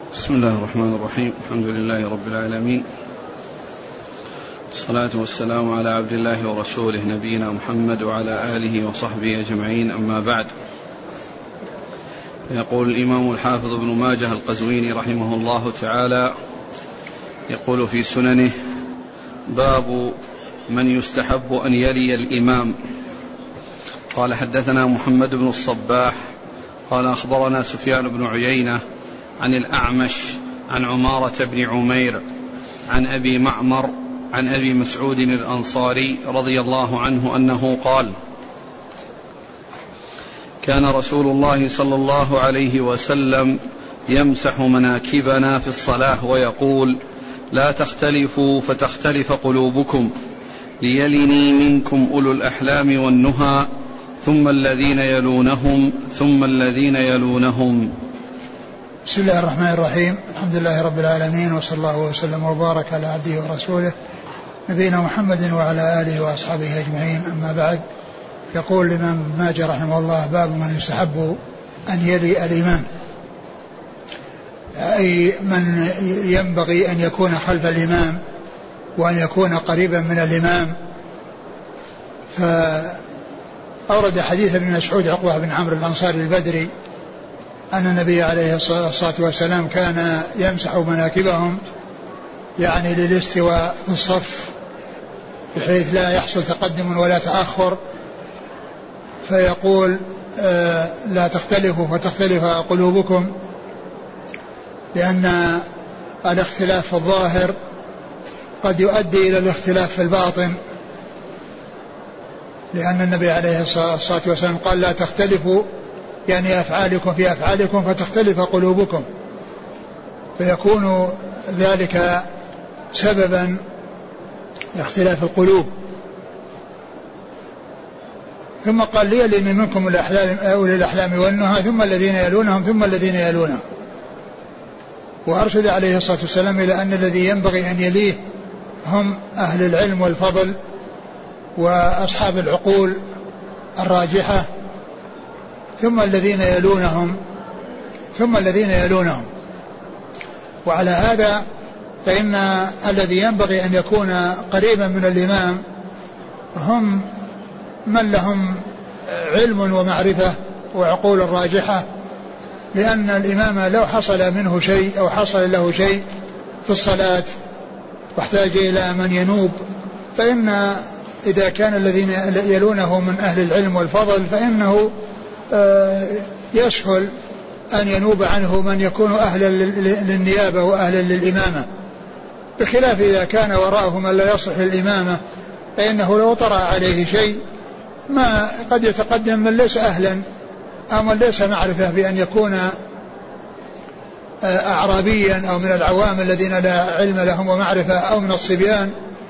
بسم الله الرحمن الرحيم. الحمد لله رب العالمين، الصلاة والسلام على عبد الله ورسوله نبينا محمد وعلى آله وصحبه أجمعين، أما بعد. يقول الإمام الحافظ ابن ماجه القزويني رحمه الله تعالى، يقول في سننه: باب من يستحب أن يلي الإمام. قال: حدثنا محمد بن الصباح قال: أخبرنا سفيان بن عيينة عن الأعمش عن عمارة بن عمير عن أبي معمر عن أبي مسعود الأنصاري رضي الله عنه أنه قال: كان رسول الله صلى الله عليه وسلم يمسح مناكبنا في الصلاة ويقول: لا تختلفوا فتختلف قلوبكم، ليلني منكم أولو الأحلام والنهى، ثم الذين يلونهم ثم الذين يلونهم. بسم الله الرحمن الرحيم. الحمد لله رب العالمين، وصلى الله وسلم وبارك على عبده ورسوله نبينا محمد وعلى آله وأصحابه أجمعين، أما بعد. يقول الإمام ابن ماجه رحمه الله: باب من يستحب أن يلي الإمام، أي من ينبغي أن يكون خلف الإمام وأن يكون قريبا من الإمام. فأورد حديث ابن مسعود عقبة بن عمرو الأنصاري البدري أن النبي عليه الصلاة والسلام كان يمسح مناكبهم، يعني للاستواء في الصف بحيث لا يحصل تقدم ولا تأخر، فيقول: لا تختلفوا فتختلف قلوبكم، لأن الاختلاف في الظاهر قد يؤدي إلى الاختلاف في الباطن، لأن النبي عليه الصلاة والسلام قال: لا تختلفوا، يعني أفعالكم في أفعالكم فتختلف قلوبكم، فيكون ذلك سببا لاختلاف القلوب. ثم قال: ليلني منكم أولي الأحلام والنهى، ثم الذين يلونهم ثم الذين يلونهم. وأرشد عليه الصلاة والسلام إلى أن الذي ينبغي أن يليه هم أهل العلم والفضل وأصحاب العقول الراجحة، ثم الذين يلونهم ثم الذين يلونهم. وعلى هذا فإن الذي ينبغي أن يكون قريبا من الإمام هم من لهم علم ومعرفة وعقول راجحة، لأن الإمام لو حصل منه شيء أو حصل له شيء في الصلاة واحتاج إلى من ينوب، فإن إذا كان الذين يلونه من أهل العلم والفضل فإنه يسهل أن ينوب عنه من يكون أهلا للنيابة وأهلا للإمامة، بخلاف إذا كان وراءه من لا يصلح للإمامة، فإنه لو طرأ عليه شيء ما قد يتقدم من ليس أهلا أو من ليس معرفة بأن يكون أعرابيا أو من العوام الذين لا علم لهم ومعرفة أو من الصبيان.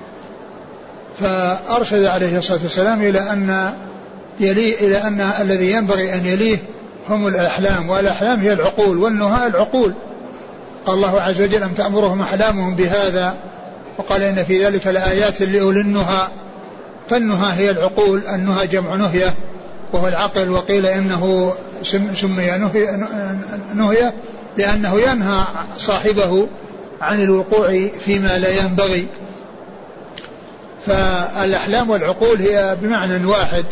فأرشد عليه الصلاة والسلام إلى أن الذي ينبغي أن يليه هم الأحلام، والأحلام هي العقول، والنهى العقول. قال الله عز وجل: أم تأمرهم أحلامهم بهذا، وقال: إن في ذلك لآيات لأولي النهى. فالنهى هي العقول، النهى جمع نهية وهو العقل، وقيل إنه سمي نهية لأنه ينهى صاحبه عن الوقوع فيما لا ينبغي. فالأحلام والعقول هي بمعنى واحد،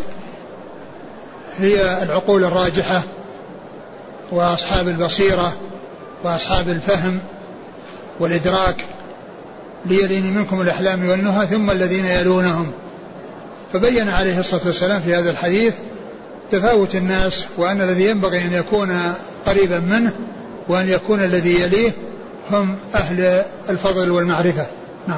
هي العقول الراجحة وأصحاب البصيرة وأصحاب الفهم والإدراك. ليلين منكم الأحلام والنهى ثم الذين يلونهم. فبين عليه الصلاة والسلام في هذا الحديث تفاوت الناس، وأن الذي ينبغي أن يكون قريبا منه وأن يكون الذي يليه هم أهل الفضل والمعرفة. نعم.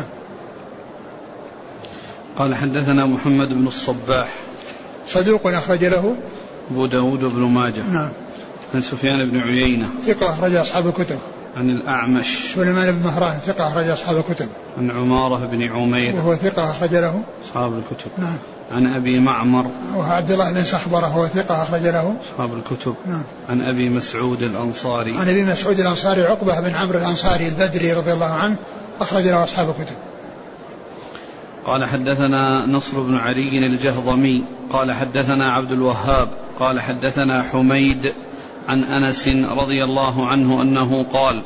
قال: حدثنا محمد بن الصباح صدوق أخرج له أبو داود بن ماجه. نعم. عن سفيان بن عيينة ثقة أخرج أصحاب الكتب. عن الأعمش سليمان بن مهران ثقة أخرج أصحاب الكتب. عن عمارة بن عمير وهو ثقة أخرج له أصحاب الكتب. نعم. عن أبي معمر وهو عبد الله بن سحبرة وهو ثقة أخرج له أصحاب الكتب. نعم. عن أبي مسعود الأنصاري عن أبي مسعود الأنصاري عقبة بن عمرو الأنصاري البدري رضي الله عنه أخرج له أصحاب الكتب. قال: حدثنا نصر بن علي الجهضمي قال: حدثنا عبد الوهاب قال: حدثنا حميد عن أنس رضي الله عنه أنه قال: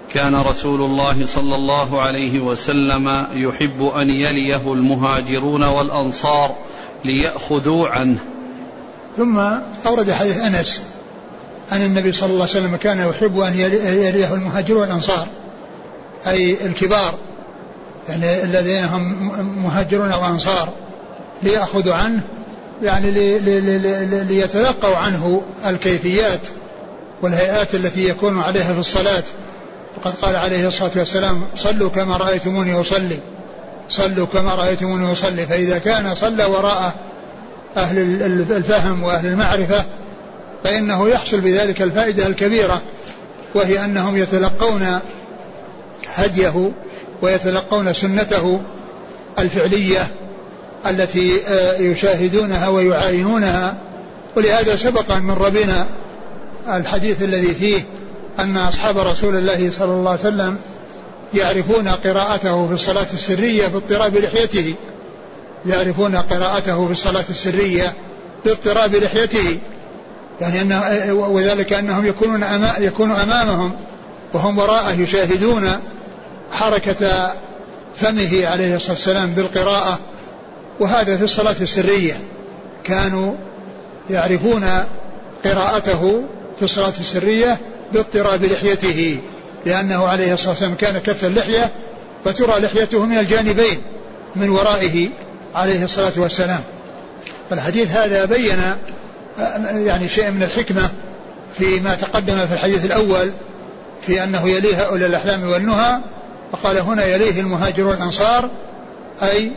كان رسول الله صلى الله عليه وسلم يحب أن يليه المهاجرون والأنصار ليأخذوا عنه. ثم أورد حديث أنس أن النبي صلى الله عليه وسلم كان يحب أن يليه المهاجرون والأنصار، أي الكبار يعني الذين هم مهاجرون وأنصار، ليأخذوا عنه يعني ليتلقوا عنه الكيفيات والهيئات التي يكون عليها في الصلاة. وقد قال عليه الصلاة والسلام: صلوا كما رأيتموني أصلي، صلوا كما رأيتموني أصلي. فإذا كان صلى وراء أهل الفهم وأهل المعرفة فإنه يحصل بذلك الفائدة الكبيرة، وهي أنهم يتلقون هديه ويتلقون سنته الفعلية التي يشاهدونها ويعاينونها. ولهذا سبق من ربنا الحديث الذي فيه أن أصحاب رسول الله صلى الله عليه وسلم يعرفون قراءته في الصلاة السرية باضطراب لحيته، يعرفون قراءته في الصلاة السرية باضطراب لحيته، يعني وذلك أنهم يكونوا أمامهم وهم وراءه يشاهدون حركة فمه عليه الصلاة والسلام بالقراءة. وهذا في الصلاة السرية كانوا يعرفون قراءته في الصلاة السرية باضطراب لحيته، لأنه عليه الصلاة والسلام كان كث اللحية فترى لحيته من الجانبين من ورائه عليه الصلاة والسلام. فالحديث هذا بين يعني شيء من الحكمة فيما تقدم في الحديث الأول في أنه يليه أولي الأحلام والنهى، فقال هنا يليه المهاجرون والأنصار، أي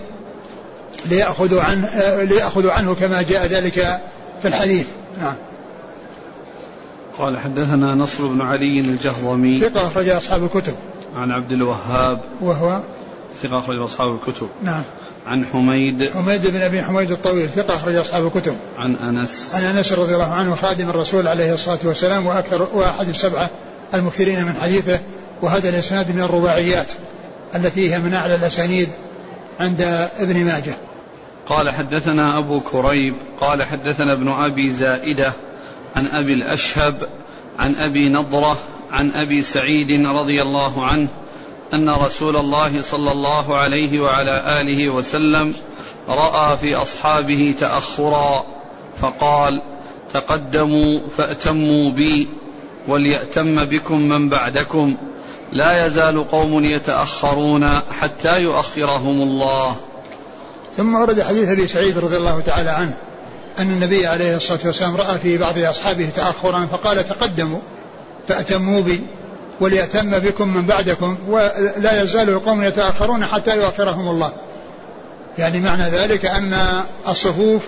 ليأخذوا عنه كما جاء ذلك في الحديث. نعم. قال حدثنا نصر بن علي الجهضمي ثقة أخرج أصحاب الكتب. عن عبد الوهاب وهو ثقة أخرج أصحاب الكتب. نعم. عن حميد بن أبي حميد الطويل ثقة أخرج أصحاب الكتب. عن أنس رضي الله عنه خادم الرسول عليه الصلاة والسلام وأحد السبعة المكثرين من حديثه. وهذا الإسناد من الرباعيات التي هي من أعلى الأسانيد عند ابن ماجه. قال حدثنا أبو كريب قال حدثنا ابن أبي زائدة عن أبي الأشهب عن أبي نضرة عن أبي سعيد رضي الله عنه أن رسول الله صلى الله عليه وعلى آله وسلم رأى في أصحابه تأخرا فقال: تقدموا فأتموا بي وليأتم بكم من بعدكم، لا يزال قوم يتأخرون حتى يؤخرهم الله. ثم ورد حديث أبي سعيد رضي الله تعالى عنه أن النبي عليه الصلاة والسلام رأى في بعض أصحابه تأخرا فقال: تقدموا فأتموا بي وليأتم بكم من بعدكم، ولا يزال القوم يتأخرون حتى يؤخرهم الله. يعني معنى ذلك أن الصفوف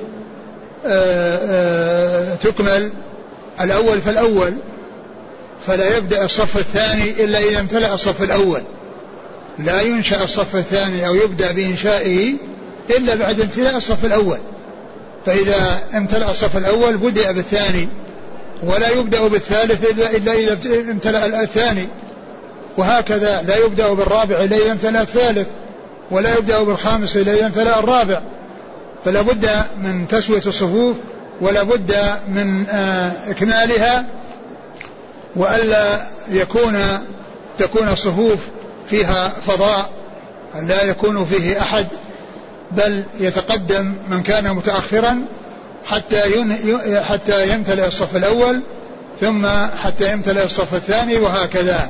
تكمل الأول فالأول، فلا يبدأ الصف الثاني إلا إذا امتلأ الصف الأول، لا ينشأ الصف الثاني أو يبدأ بإنشائه إلا بعد امتلاء الصف الأول. فإذا امتلأ الصف الأول بدأ بالثاني، ولا يبدأ بالثالث إلا إذا امتلأ الثاني، وهكذا لا يبدأ بالرابع إلا إذا امتلأ الثالث، ولا يبدأ بالخامس إلا إذا امتلأ الرابع. فلا بد من تسوية الصفوف ولا بد من إكمالها، وألا تكون الصفوف فيها فضاء لا يكون فيه أحد، بل يتقدم من كان متأخرا حتى يمتلئ الصف الأول، ثم حتى يمتلئ الصف الثاني، وهكذا.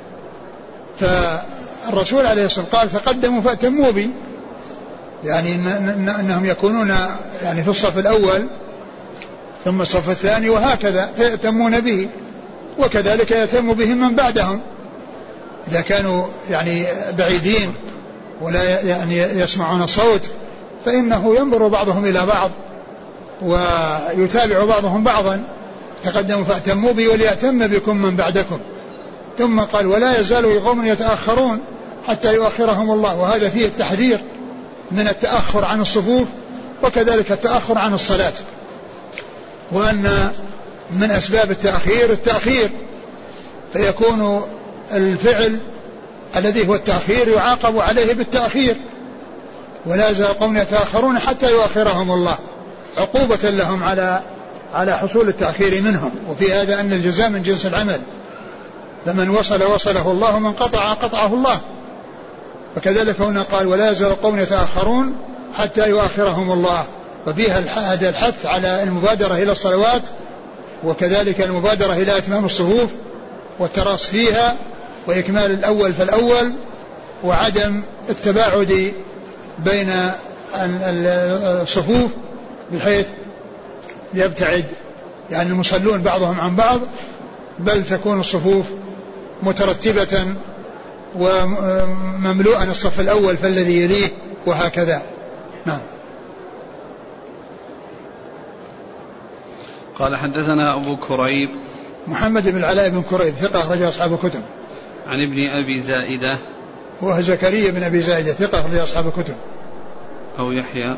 فالرسول عليه الصلاة والسلام قال: تقدموا فأتموا بي، يعني أنهم يكونون يعني في الصف الأول ثم الصف الثاني وهكذا فيأتمون به، وكذلك يأتم بهم من بعدهم إذا كانوا يعني بعيدين ولا يعني يسمعون الصوت، فإنه ينظر بعضهم إلى بعض ويتابع بعضهم بعضا. تقدموا فأتموا بي وليأتم بكم من بعدكم. ثم قال: ولا يزال قوم يتأخرون حتى يؤخرهم الله. وهذا فيه التحذير من التأخر عن الصفوف، وكذلك التأخر عن الصلاة، وأن من أسباب التأخير، فيكون الفعل الذي هو التأخير يعاقب عليه بالتأخير. ولا يزال قوم يتأخرون حتى يؤخرهم الله، عقوبة لهم على حصول التأخير منهم. وفي هذا أن الجزاء من جنس العمل، فمن وصله الله ومن قطعه الله. وكذلك هنا قال ولا يزال قوم يتأخرون حتى يؤخرهم الله. وفيها هذا الحث على المبادرة إلى الصلوات، وكذلك المبادرة إلى إتمام الصفوف والتراص فيها وإكمال الأول فالأول، وعدم التباعد بين الصفوف بحيث يبتعد يعني المصلون بعضهم عن بعض، بل تكون الصفوف مترتبة ومملوءا الصف الأول فالذي يليه وهكذا. نعم. قال حدثنا أبو كريب محمد بن العلاء بن كريب ثقة أخرج أصحاب الكتب. عن ابن أبي زائدة وهو زكريا بن أبي زائدة ثقة أخرج أصحاب الكتب. أو يحيى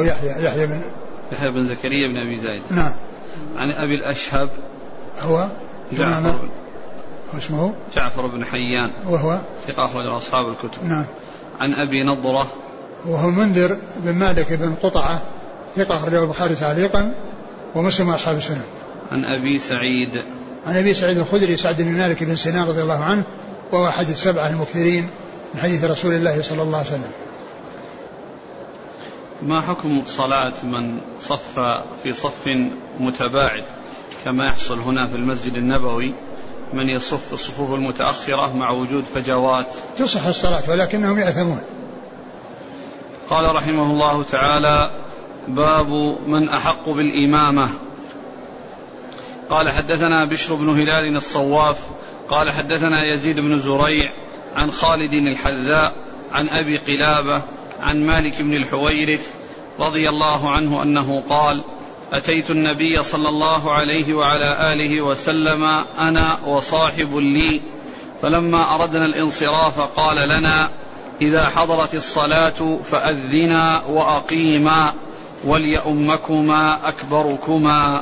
بن زكريا بن أبي زائدة. نعم. عن أبي الأشهب هو اسمه جعفر بن حيان وهو ثقة أخرج أصحاب الكتب. نعم. عن أبي نضرة وهو المنذر بن مالك بن قطعة ثقة أخرجه البخاري تعليقا ومسلم أصحاب السنن. عن أبي سعيد الخدري سعد بن مالك بن سنان رضي الله عنه، وهو أحد السبعة المكثرين من حديث رسول الله صلى الله عليه وسلم. ما حكم صلاة من صف في صف متباعد كما يحصل هنا في المسجد النبوي، من يصف الصفوف المتأخرة مع وجود فجوات؟ تصح الصلاة ولكنهم يأثمون. قال رحمه الله تعالى: باب من أحق بالإمامة. قال حدثنا بشر بن هلال الصواف قال حدثنا يزيد بن زريع عن خالد الحذاء عن أبي قلابة عن مالك بن الحويرث رضي الله عنه أنه قال: أتيت النبي صلى الله عليه وعلى آله وسلم أنا وصاحب لي، فلما أردنا الانصراف قال لنا: إذا حضرت الصلاة فأذنا وأقيما وليؤمكما أكبركما.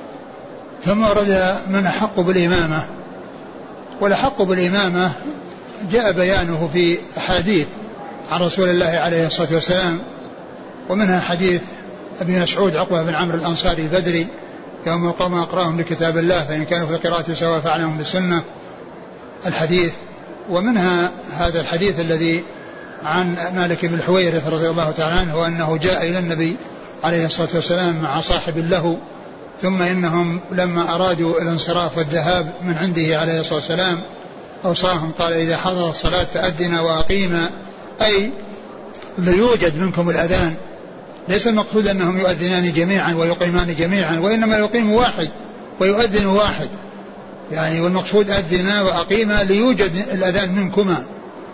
ثم ورد من أحق بالإمامة. والأحق بالإمامة جاء بيانه في أحاديث عن رسول الله عليه الصلاة والسلام، ومنها حديث أبي مسعود عقبة بن عمرو الأنصاري البدري: يوم القوم أقرأهم لكتاب الله فإن كانوا في القراءة سواء فأعلمهم بالسنة، الحديث. ومنها هذا الحديث الذي عن مالك بن الحويرث رضي الله تعالى عنه، وأنه جاء إلى النبي عليه الصلاة والسلام مع صاحب له، ثم إنهم لما أرادوا الانصراف والذهاب من عنده عليه الصلاة والسلام أوصاهم قال: إذا حضر الصلاة فأذنا وأقيما، أي ليوجد منكم الأذان. ليس المقصود أنهم يؤذنان جميعا ويقيمان جميعا، وإنما يقيم واحد ويؤذن واحد، يعني والمقصود أذنا وأقيما ليوجد الأذان منكما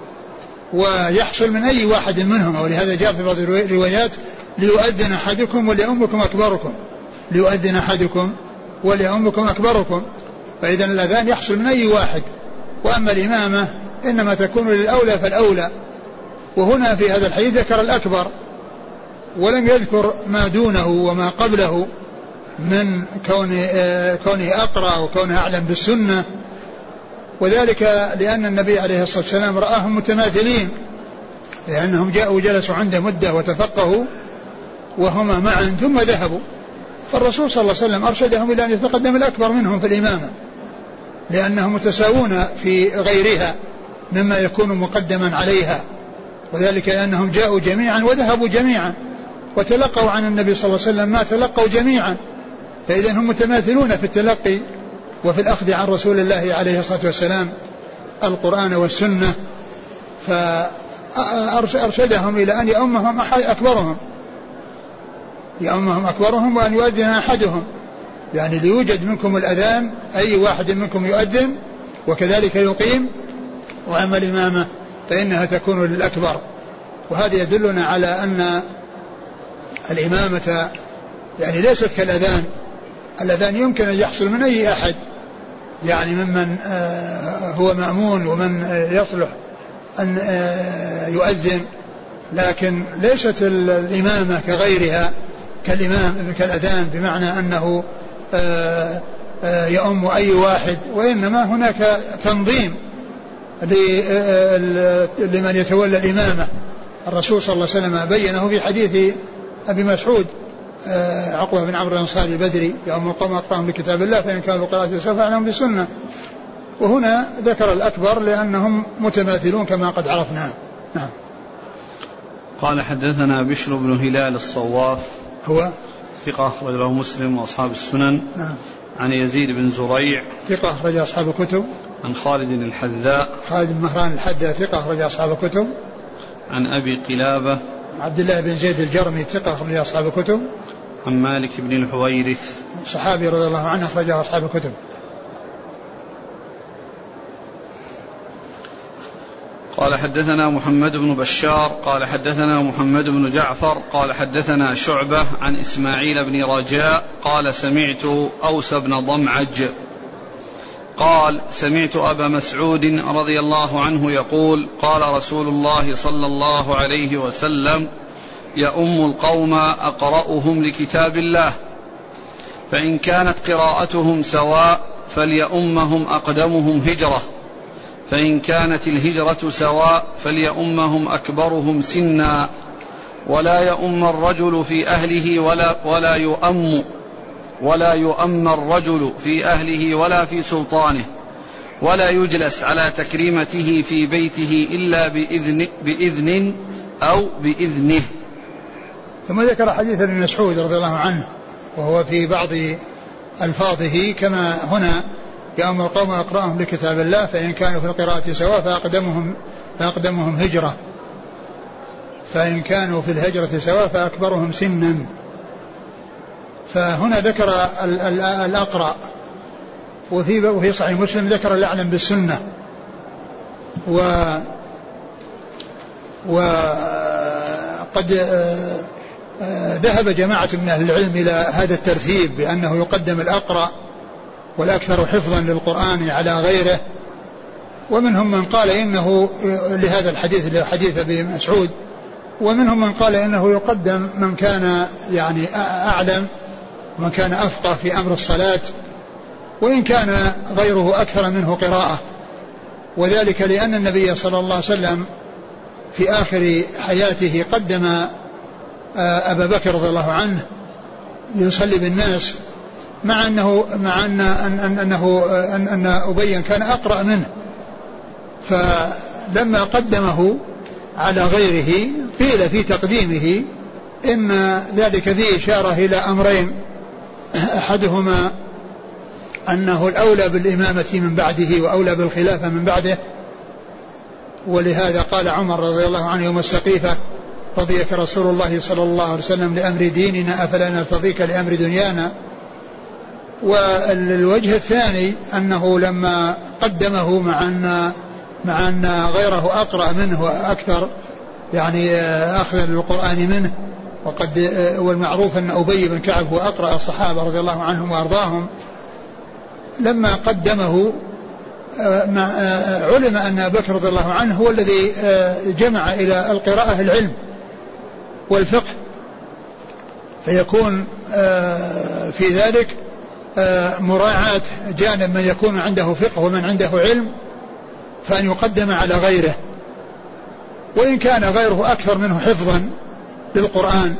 ويحصل من أي واحد منهم. ولهذا جاء في بعض الروايات: ليؤذن أحدكم وليؤمكم أكبركم، ليؤذن أحدكم وليؤمكم أكبركم. فإذا الأذان يحصل من أي واحد، وأما الإمامة إنما تكون للأولى فالأولى. وهنا في هذا الحديث ذكر الأكبر ولم يذكر ما دونه وما قبله من كونه أقرأ وكونه أعلم بالسنة، وذلك لأن النبي عليه الصلاة والسلام رآهم متماثلين، لأنهم جاءوا جلسوا عنده مدة وتفقهوا وهما معا ثم ذهبوا، فالرسول صلى الله عليه وسلم أرشدهم إلى أن يتقدم الأكبر منهم في الإمامة، لأنهم متساوون في غيرها مما يكون مقدما عليها، وذلك لأنهم جاءوا جميعا وذهبوا جميعا وتلقوا عن النبي صلى الله عليه وسلم ما تلقوا جميعا، فإذا هم متماثلون في التلقي وفي الأخذ عن رسول الله عليه الصلاة والسلام القرآن والسنة. فأرشدهم إلى أن يؤمهم أكبرهم وأن يؤذن أحدهم، يعني ليوجد منكم الأذان، أي واحد منكم يؤذن وكذلك يقيم، وأما الإمامة فإنها تكون للأكبر. وهذا يدلنا على أن الإمامة يعني ليست كالأذان. الأذان يمكن أن يحصل من أي أحد، يعني ممن هو مأمون ومن يصلح أن يؤذن، لكن ليست الإمامة كغيرها كالأذان، بمعنى أنه يؤم أي واحد، وإنما هناك تنظيم لمن يتولى الإمامة. الرسول صلى الله عليه وسلم بينه في حديث أبي مسعود عقبة بن عمرو الأنصاري البدري: يوم القوم أقرأهم لكتاب الله فإن كانوا قراءة سوف أعلمهم بالسنة. وهنا ذكر الأكبر لأنهم متماثلون كما قد عرفنا. نعم. قال حدثنا بشر بن هلال الصواف هو ثقة أخرج له مسلم وأصحاب السنن. نعم. عن يزيد بن زريع ثقة أخرج أصحاب الكتب. عن خالد الحذاء خالد بن مهران الحذاء ثقة أخرج أصحاب الكتب. عن أبي قلابة عبد الله بن زيد الجرمي ثقة أخرج أصحاب الكتب. عن مالك بن الحويرث صحابي رضي الله عنه أخرج أصحاب الكتب. قال حدثنا محمد بن بشار قال حدثنا محمد بن جعفر قال حدثنا شعبة عن إسماعيل بن رجاء قال سمعت أوس بن ضمعج قال سمعت أبا مسعود رضي الله عنه يقول قال رسول الله صلى الله عليه وسلم يؤم القوم أقرأهم لكتاب الله فإن كانت قراءتهم سواء فليؤمهم أقدمهم هجرة فإن كانت الهجرة سواء فليؤمهم أكبرهم سنا ولا يؤم الرجل في أهله ولا يؤم الرجل في أهله ولا في سلطانه ولا يجلس على تكريمته في بيته إلا بإذن أو بإذنه. ثم ذكر حديث ابن مسعود رضي الله عنه وهو في بعض ألفاظه كما هنا يؤم القوم أقرأهم لكتاب الله فإن كانوا في القراءة سواء فأقدمهم هجرة فإن كانوا في الهجرة سواء فأكبرهم سنا. فهنا ذكر الأقرأ وفي صحيح مسلم ذكر الأعلم بالسنة وقد ذهب جماعة من أهل العلم إلى هذا الترتيب بأنه يقدم الأقرأ والأكثر حفظا للقرآن على غيره ومنهم من قال إنه لهذا الحديث لحديث أبي مسعود ومنهم من قال إنه يقدم من كان يعني أعلم ومن كان أفقه في أمر الصلاة وإن كان غيره أكثر منه قراءة وذلك لأن النبي صلى الله عليه وسلم في آخر حياته قدم أبا بكر رضي الله عنه يصلي بالناس مع أن أبي كان أقرأ منه فلما قدمه على غيره قيل في تقديمه إن ذلك فيه إشارة إلى أمرين أحدهما أنه الأولى بالإمامة من بعده وأولى بالخلافة من بعده ولهذا قال عمر رضي الله عنه يوم السقيفة رضيك رسول الله صلى الله عليه وسلم لأمر ديننا أفلا نرتضيك لأمر دنيانا. والوجه الثاني أنه لما قدمه مع أن غيره أقرأ منه وأكثر يعني أخذا للقرآن منه والمعروف أن أبي بن كعب هو أقرأ الصحابة رضي الله عنهم وأرضاهم لما قدمه علم أن أبا بكر رضي الله عنه هو الذي جمع إلى القراءة العلم والفقه فيكون في ذلك مراعاة جانب من يكون عنده فقه ومن عنده علم فأن يقدم على غيره وإن كان غيره أكثر منه حفظا للقرآن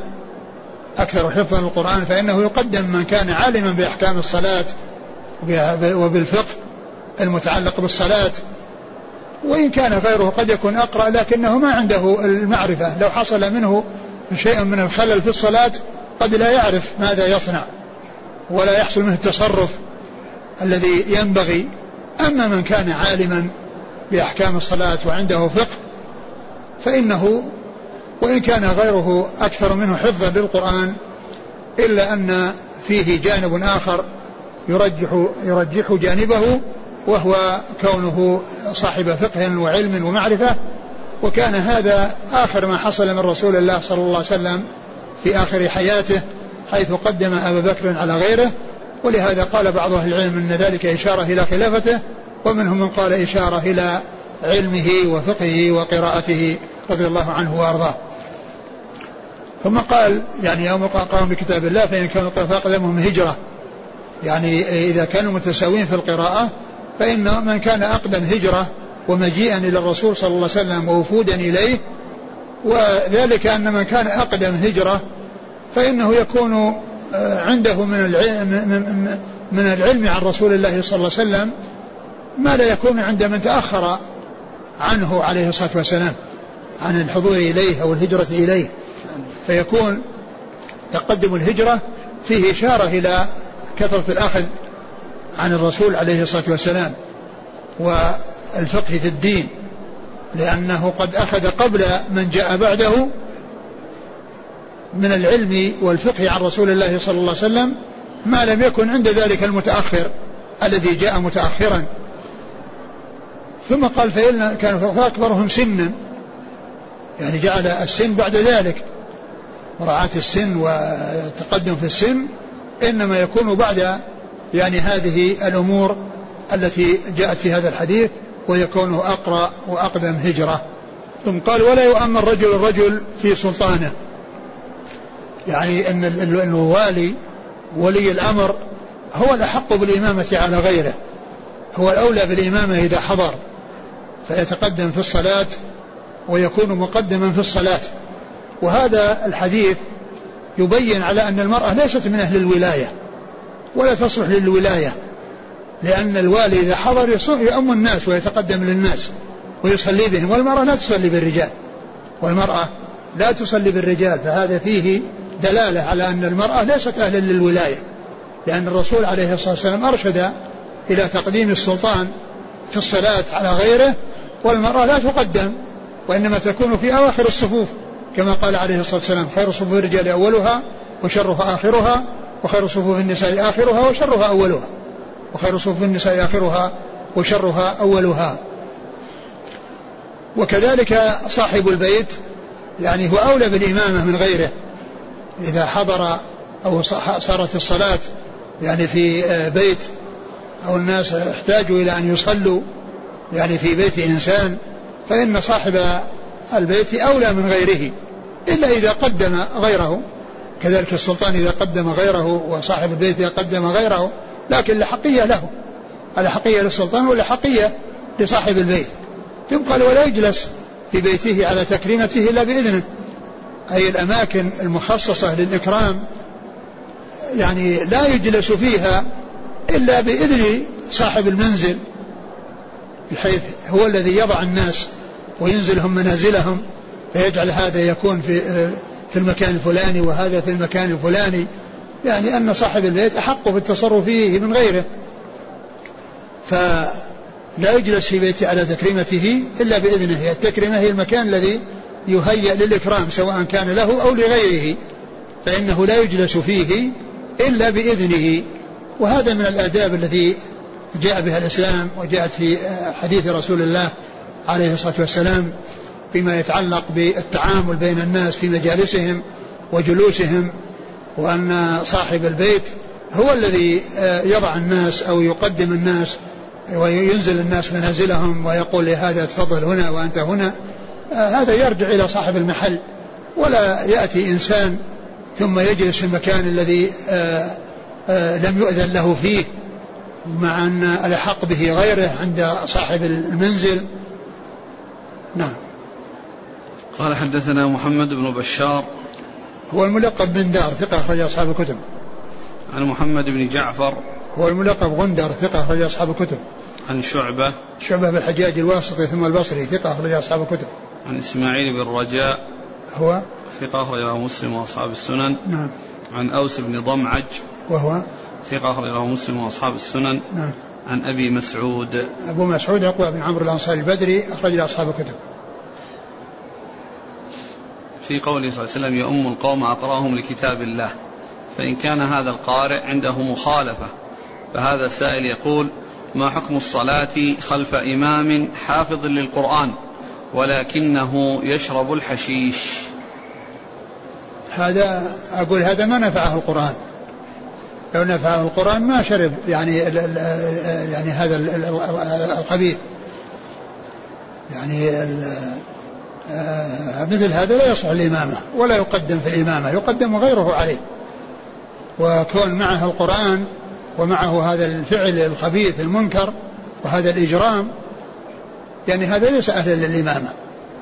فإنه يقدم من كان عالما بأحكام الصلاة وبالفقه المتعلق بالصلاة وإن كان غيره قد يكون أقرأ لكنه ما عنده المعرفة لو حصل منه شيء من الخلل في الصلاة قد لا يعرف ماذا يصنع ولا يحصل منه التصرف الذي ينبغي. أما من كان عالما بأحكام الصلاة وعنده فقه فإنه وإن كان غيره أكثر منه حفظا للقرآن إلا أن فيه جانب آخر يرجح جانبه وهو كونه صاحب فقه وعلم ومعرفة وكان هذا آخر ما حصل من رسول الله صلى الله عليه وسلم في آخر حياته حيث قدم أبا بكر على غيره ولهذا قال بعض أهل العلم أن ذلك إشارة إلى خلافته ومنهم من قال إشارة إلى علمه وفقهه وقراءته رضي الله عنه وأرضاه. ثم قال يعني يوم قام بكتاب الله فإن كانوا فأقدمهم هجرة يعني إذا كانوا متساوين في القراءة فإن من كان أقدم هجرة ومجيئا إلى الرسول صلى الله عليه وسلم ووفودا إليه وذلك أن من كان أقدم هجرة فإنه يكون عنده من العلم عن رسول الله صلى الله عليه وسلم ما لا يكون عند من تأخر عنه عليه الصلاة والسلام عن الحضور إليه أو الهجرة إليه، فيكون تقدم الهجرة فيه إشارة إلى كثرة الأخذ عن الرسول عليه الصلاة والسلام والفقه في الدين، لأنه قد أخذ قبل من جاء بعده من العلم والفقه عن رسول الله صلى الله عليه وسلم ما لم يكن عند ذلك المتأخر الذي جاء متأخرا. ثم قال فإن كان فأكبرهم سنا، يعني جعل السن بعد ذلك، مراعاة السن والتقدم في السن إنما يكون بعد يعني هذه الأمور التي جاءت في هذا الحديث، ويكون أقرأ وأقدم هجرة. ثم قال ولا يؤمن الرجل في سلطانه، يعني أن الوالي ولي الأمر هو الأحق بالإمامة على غيره، هو الأولى بالإمامة إذا حضر، فيتقدم في الصلاة ويكون مقدما في الصلاة. وهذا الحديث يبين على أن المرأة ليست من أهل الولاية ولا تصلح للولاية، لأن الوالي إذا حضر يؤم الناس ويتقدم للناس ويصلي بهم، والمرأة لا تصلي بالرجال، والمرأة لا تصلي بالرجال. فهذا فيه دلالة على أن المرأة ليست أهلا للولاية، لأن الرسول عليه الصلاة والسلام أرشد إلى تقديم السلطان في الصلاة على غيره، والمرأة لا تقدم وإنما تكون في أواخر الصفوف، كما قال عليه الصلاة والسلام خير صفوف الرجال أولها وشرها آخرها، وخير صفوف النساء آخرها وشرها أولها، وخير صفوف النساء آخرها وشرها أولها. وكذلك صاحب البيت يعني هو أولى بالإمامة من غيره، إذا حضر أو صارت الصلاة يعني في بيت أو الناس احتاجوا إلى أن يصلوا يعني في بيت إنسان، فإن صاحب البيت أولى من غيره، إلا إذا قدم غيره. كذلك السلطان إذا قدم غيره، وصاحب البيت إذا قدم غيره، لكن الحقية له، الحقية للسلطان والحقية لصاحب البيت. ثم قال ولا يجلس في بيته على تكريمته إلا بإذنه، أي الأماكن المخصصة للإكرام يعني لا يجلس فيها إلا بإذن صاحب المنزل، بحيث هو الذي يضع الناس وينزلهم منازلهم، فيجعل هذا يكون في المكان الفلاني وهذا في المكان الفلاني، يعني أن صاحب البيت أحق بالتصرف فيه من غيره. فلا يجلس في بيته على تكريمته إلا بإذنه. التكريمة هي المكان الذي يهيأ للإكرام سواء كان له أو لغيره، فإنه لا يجلس فيه إلا بإذنه. وهذا من الآداب التي جاء بها الإسلام وجاءت في حديث رسول الله عليه الصلاة والسلام فيما يتعلق بالتعامل بين الناس في مجالسهم وجلوسهم، وأن صاحب البيت هو الذي يضع الناس أو يقدم الناس وينزل الناس منازلهم ويقول لهذا تفضل هنا وأنت هنا. هذا يرجع إلى صاحب المحل، ولا يأتي إنسان ثم يجلس في المكان الذي لم يؤذن له فيه، مع أن الحق به غيره عند صاحب المنزل. نعم. قال حدثنا محمد بن بشار هو الملقب بن دار ثقة أخرج أصحاب الكتب. عن محمد بن جعفر هو الملقب غندر ثقة أخرج أصحاب الكتب. عن شعبة بالحجاج الواسطي ثم البصري ثقة أخرج أصحاب الكتب. عن إسماعيل بن رجاء هو ثقة أخرجه مسلم وأصحاب السنن. نعم. عن أوس بن ضمعج وهو ثقة أخرجه مسلم وأصحاب السنن. نعم. عن أبي مسعود أبو مسعود عقبة بن عمرو الأنصاري البدري أخرج أصحاب الكتب. في قوله صلى الله عليه وسلم يؤم القوم أقراهم لكتاب الله، فإن كان هذا القارئ عنده مخالفة، فهذا السائل يقول ما حكم الصلاة خلف إمام حافظ للقرآن ولكنه يشرب الحشيش؟ هذا أقول هذا ما نفعه القرآن، لو نفعه القرآن ما شرب يعني هذا الخبيث، يعني مثل هذا لا يصح الإمامة ولا يقدم في الإمامة، يقدم غيره عليه. وكون معه القرآن ومعه هذا الفعل الخبيث المنكر وهذا الإجرام، يعني هذا ليس أهلا للإمامة.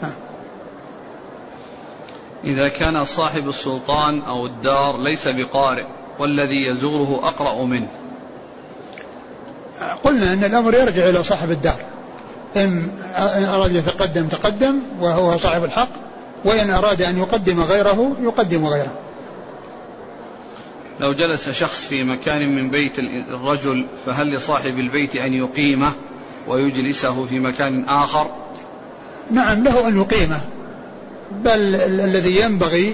إذا كان صاحب السلطان أو الدار ليس بقارئ والذي يزوره أقرأ منه، قلنا أن الأمر يرجع إلى صاحب الدار، إن أراد يتقدم تقدم وهو صاحب الحق، وإن أراد أن يقدم غيره يقدم غيره. لو جلس شخص في مكان من بيت الرجل فهل لصاحب البيت أن يقيمه ويجلسه في مكان آخر؟ نعم له أن يقيمه، بل الذي ينبغي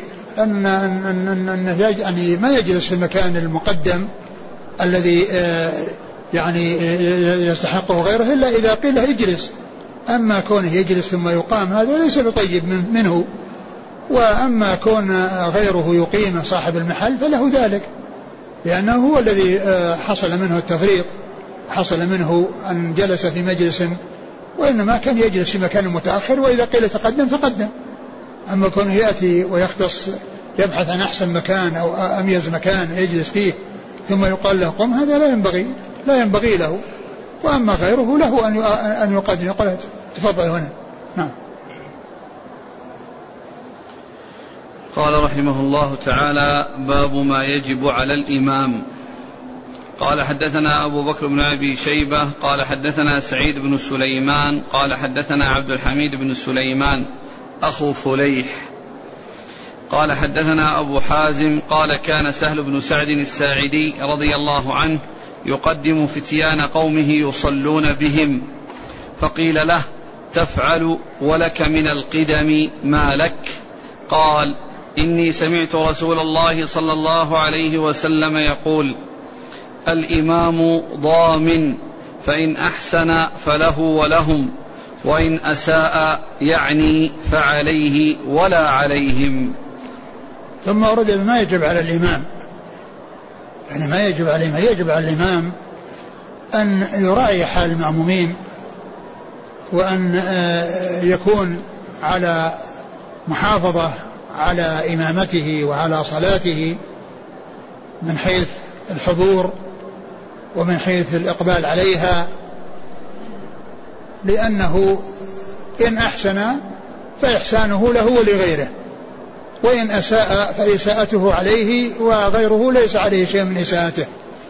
أن ما يجلس في المكان المقدم الذي يعني يستحقه غيره إلا إذا قيل له يجلس. أما كونه يجلس ثم يقام هذا ليس بطيب منه، وأما كون غيره يقيم صاحب المحل فله ذلك، لأنه هو الذي حصل منه التفريط، حصل منه أن جلس في مجلس، وإنما كان يجلس في مكان متأخر، وإذا قيل تقدم تقدم. أما كونه يأتي ويختص يبحث عن أحسن مكان أو أميز مكان يجلس فيه ثم يقال له قم، هذا لا ينبغي له. وأما غيره له أن يقدم، يقول تفضل هنا. نعم. قال رحمه الله تعالى: باب ما يجب على الإمام. قال حدثنا أبو بكر بن أبي شيبة قال حدثنا سعيد بن سليمان قال حدثنا عبد الحميد بن سليمان أخو فليح قال حدثنا أبو حازم قال كان سهل بن سعد الساعدي رضي الله عنه يقدم فتيان قومه يصلون بهم، فقيل له: تفعل ولك من القدم ما لك؟ قال: إني سمعت رسول الله صلى الله عليه وسلم يقول: الإمام ضامن، فإن أحسن فله ولهم، وإن أساء يعني فعليه ولا عليهم. ثم ورد ما يجب على الإمام، يعني ما يجب عليه، ما يجب على الإمام أن يراعي حال المأمومين، وأن يكون على محافظة على إمامته وعلى صلاته من حيث الحضور ومن حيث الإقبال عليها، لأنه إن أحسن فإحسانه له ولغيره، وإن أساء فإساءته عليه وغيره ليس عليه شيء من إساءته.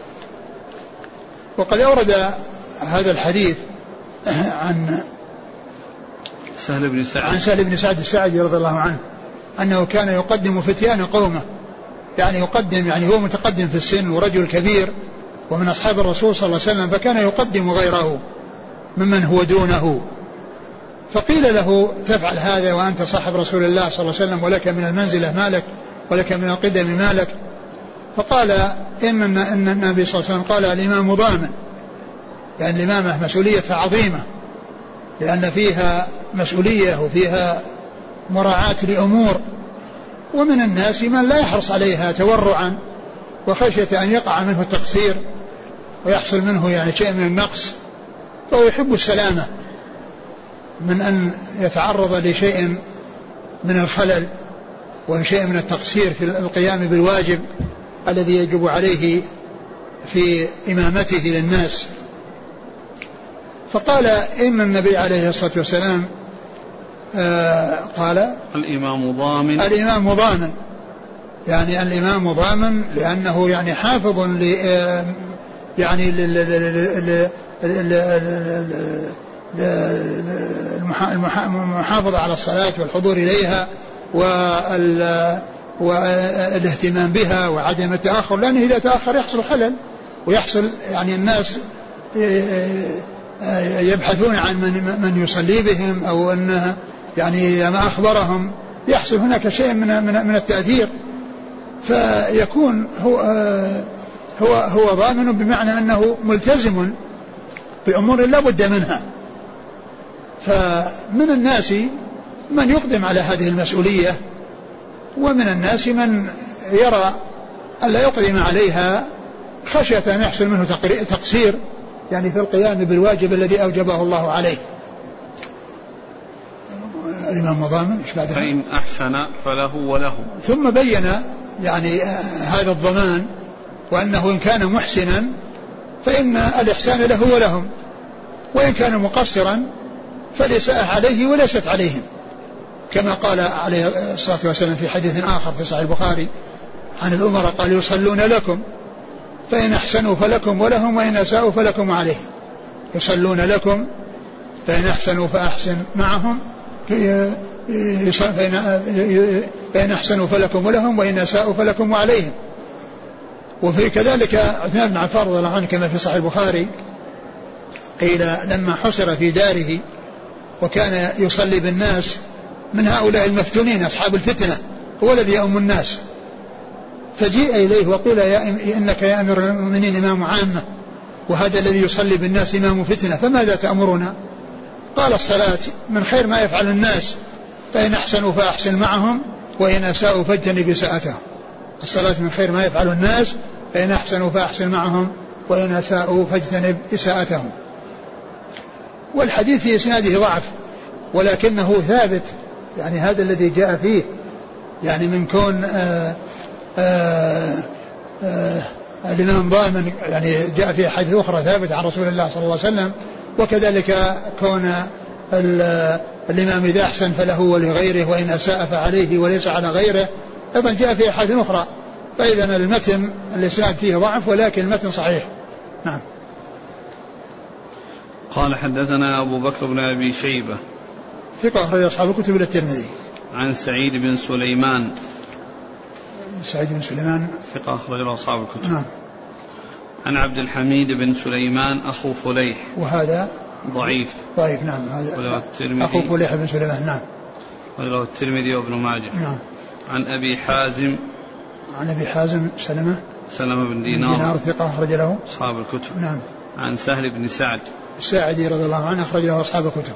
وقد أورد هذا الحديث عن سهل بن سعد الساعدي رضي الله عنه أنه كان يقدم فتيان قومه، يعني يقدم، يعني هو متقدم في السن ورجل كبير ومن أصحاب الرسول صلى الله عليه وسلم، فكان يقدم غيره ممن هو دونه. فقيل له: تفعل هذا وأنت صاحب رسول الله صلى الله عليه وسلم ولك من المنزلة مالك ولك من القدم مالك؟ فقال إن النبي صلى الله عليه وسلم قال: الإمام ضامن، يعني الإمامة مسؤوليتها عظيمة، لأن فيها مسؤولية وفيها مراعاة لأمور، ومن الناس من لا يحرص عليها تورعا وخشية أن يقع منه التقصير ويحصل منه يعني شيء من النقص، فهو يحب السلامة من أن يتعرض لشيء من الخلل وشيء من التقصير في القيام بالواجب الذي يجب عليه في إمامته للناس. فقال إن النبي عليه الصلاة والسلام قال: الإمام ضامن، يعني الإمام ضامن لأنه يعني حافظ يعني المحافظة على الصلاة والحضور إليها والاهتمام بها وعدم التأخر، لأنه إذا تأخر يحصل خلل ويحصل يعني الناس يبحثون عن من يصلي بهم، أو أن يعني ما أخبرهم يحصل هناك شيء من التأثير، فيكون هو ضامن بمعنى أنه ملتزم بأمور لا بد منها. فمن الناس من يقدم على هذه المسؤولية، ومن الناس من يرى ألا يقدم عليها خشية أن يحصل منه تقصير يعني في القيام بالواجب الذي أوجبه الله عليه. الإمام ضامن فإن أحسن فله ولهم. ثم بين يعني هذا الضمان، وأنه إن كان محسنا فإن الإحسان له ولهم، وإن كان مقصرا فالإساءة عليه وليست عليهم، كما قال عليه الصلاة والسلام في حديث آخر في صحيح البخاري عن الأمراء قال: يصلون لكم، فإن أحسنوا فلكم ولهم وإن أساءوا فلكم عليهم. يصلون لكم فإن أحسنوا فأحسن معهم، فإن أحسنوا فلكم ولهم وإن أساءوا فلكم وعليهم. وفي كذلك عثمان بن عفان رضي الله عنه كما في صحيح البخاري قيل لما حصر في داره وكان يصلي بالناس من هؤلاء المفتونين أصحاب الفتنة هو الذي يؤم الناس، فجيء إليه وقيل إنك يا أمير المؤمنين إمام عامة وهذا الذي يصلي بالناس إمام فتنة فماذا تأمرنا؟ قال الصلاة من خير ما يفعل الناس، فإن أحسنوا فأحسن معهم وإن أساءوا فاجتنب إساءتهم. الصلاة من خير ما يفعل الناس، فإن أحسنوا فأحسن معهم وإن أساءوا فاجتنب إساءتهم. والحديث في إسناده ضعف ولكنه ثابت، يعني هذا الذي جاء فيه يعني من كون الإمام ضامن، يعني جاء في حديث أخرى ثابت عن رسول الله صلى الله عليه وسلم، وكذلك كون الإمام إذا أحسن فله ولغيره وإن أساء فعليه وليس على غيره، أيضا جاء في حديث أخرى. فإذا المتن الإسناد فيه ضعف ولكن المتن صحيح. نعم. قال حدثنا أبو بكر بن أبي شيبة ثقة أخرج أصحاب الكتب إلى الترمذي. عن سعيد بن سليمان. سعيد بن سليمان ثقة أخرج أصحاب الكتب. نعم. عن عبد الحميد بن سليمان أخو فليح وهذا ضعيف. نعم. هذا أخو فليح بن سليمان. نعم. وله الترمذي وابن ماجه. نعم. عن أبي حازم. عن أبي حازم سلمة بن دينار ثقة أخرج له أصحاب الكتب. نعم. عن سهل بن سعد الساعدي رضي الله عنه أخرج له أصحاب الكتب.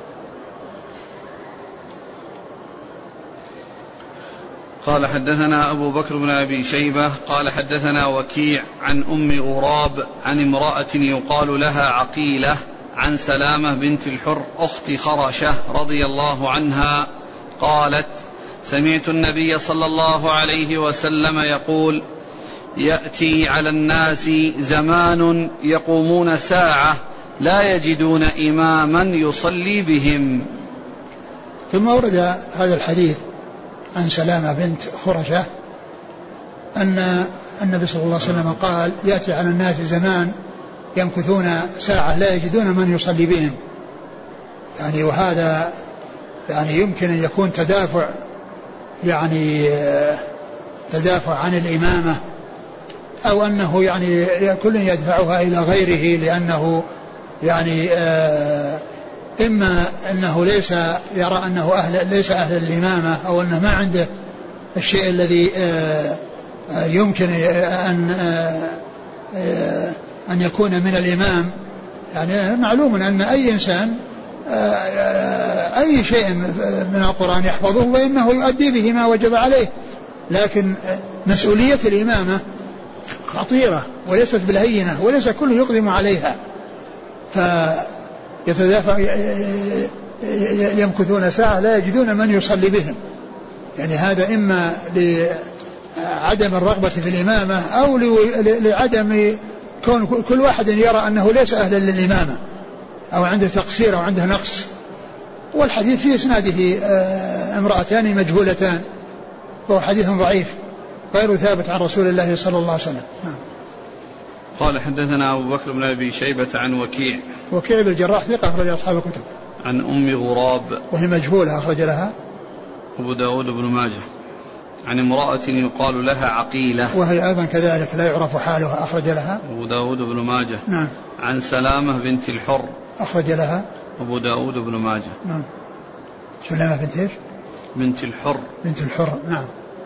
قال حدثنا أبو بكر بن أبي شيبة قال حدثنا وكيع عن أم غراب عن امرأة يقال لها عقيلة عن سلامة بنت الحر أخت خرشة رضي الله عنها قالت سمعت النبي صلى الله عليه وسلم يقول يأتي على الناس زمان يقومون ساعة لا يجدون إماما يصلي بهم. ثم ورد هذا الحديث عن سلامة بنت خرشة أن النبي صلى الله عليه وسلم قال يأتي على الناس زمان يمكثون ساعة لا يجدون من يصلي بهم. يعني وهذا يعني يمكن أن يكون تدافع، يعني تدافع عن الإمامة، أو أنه يعني كل يدفعها إلى غيره، لأنه يعني إما أنه ليس يرى أنه ليس أهل الإمامة، أو أنه ما عنده الشيء الذي يمكن أن يكون من الإمام. يعني معلوم أن أي إنسان أي شيء من القرآن يحفظه فإنه يؤدي به ما وجب عليه، لكن مسؤولية الإمامة خطيرة وليست بالهينة وليس كل يقدم عليها، فيتدافع يمكثون ساعة لا يجدون من يصلي بهم. يعني هذا إما لعدم الرغبة في الإمامة أو لعدم كون كل واحد يرى أنه ليس أهلا للإمامة أو عنده تقصير أو عنده نقص. والحديث في إسناده امرأتان مجهولتان، وهو حديث ضعيف غير ثابت عن رسول الله صلى الله عليه وسلم. قال حدثنا أبو بكر بن أبي شيبة عن وكيع بن الجراح ثقة أخرج أصحاب الكتب. عن أم غراب وهي مجهولة أخرج لها أبو داود بن ماجه. عن امرأة يقال لها عقيلة وهي أيضا كذلك لا يعرف حالها أخرج لها أبو داود بن ماجه. نعم. عن سلامة بنت الحر أخرج لها أبو داود بن ماجه. نعم. سلامة بنت إيش؟ بنت الحر. نعم.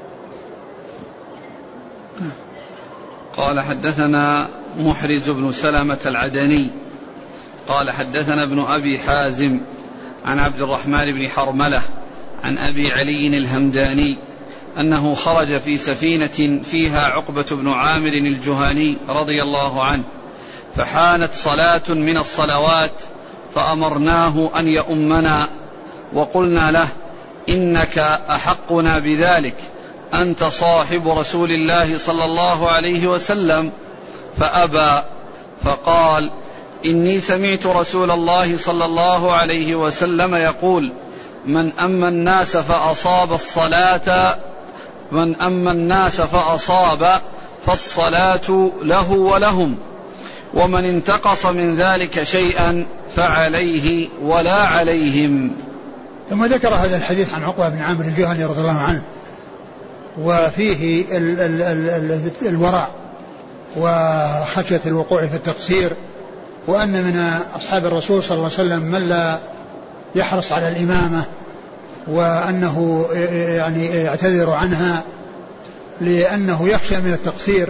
قال حدثنا محرز بن سلمة العدني قال حدثنا ابن أبي حازم عن عبد الرحمن بن حرملة عن أبي علي الهمداني أنه خرج في سفينة فيها عقبة بن عامر الجهني رضي الله عنه، فحانت صلاة من الصلوات فأمرناه أن يؤمنا، وقلنا له إنك أحقنا بذلك، أنت صاحب رسول الله صلى الله عليه وسلم، فأبى، فقال إني سمعت رسول الله صلى الله عليه وسلم يقول من أما الناس فأصاب فالصلاة له ولهم، ومن انتقص من ذلك شيئا فعليه ولا عليهم. ثم ذكر هذا الحديث عن عقبة بن عامر الجهني رضي الله عنه، وفيه الورع وخشية الوقوع في التقصير، وأن من أصحاب الرسول صلى الله عليه وسلم من لا يحرص على الإمامة، وأنه يعني يعتذر عنها لأنه يخشى من التقصير،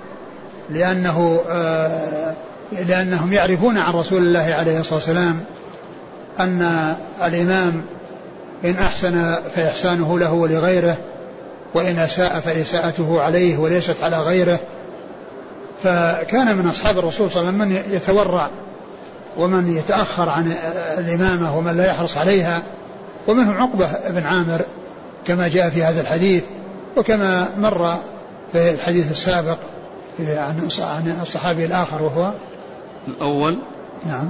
لأنهم يعرفون عن رسول الله عليه الصلاة والسلام أن الإمام إن أحسن فإحسانه له ولغيره، وإن أساء فإساءته عليه وليست على غيره. فكان من أصحاب الرسول صلى الله عليه وسلم من يتورع ومن يتأخر عن الإمامة ومن لا يحرص عليها، ومنهم عقبة بن عامر كما جاء في هذا الحديث، وكما مر في الحديث السابق عن الصحابي الآخر وهو الأول نعم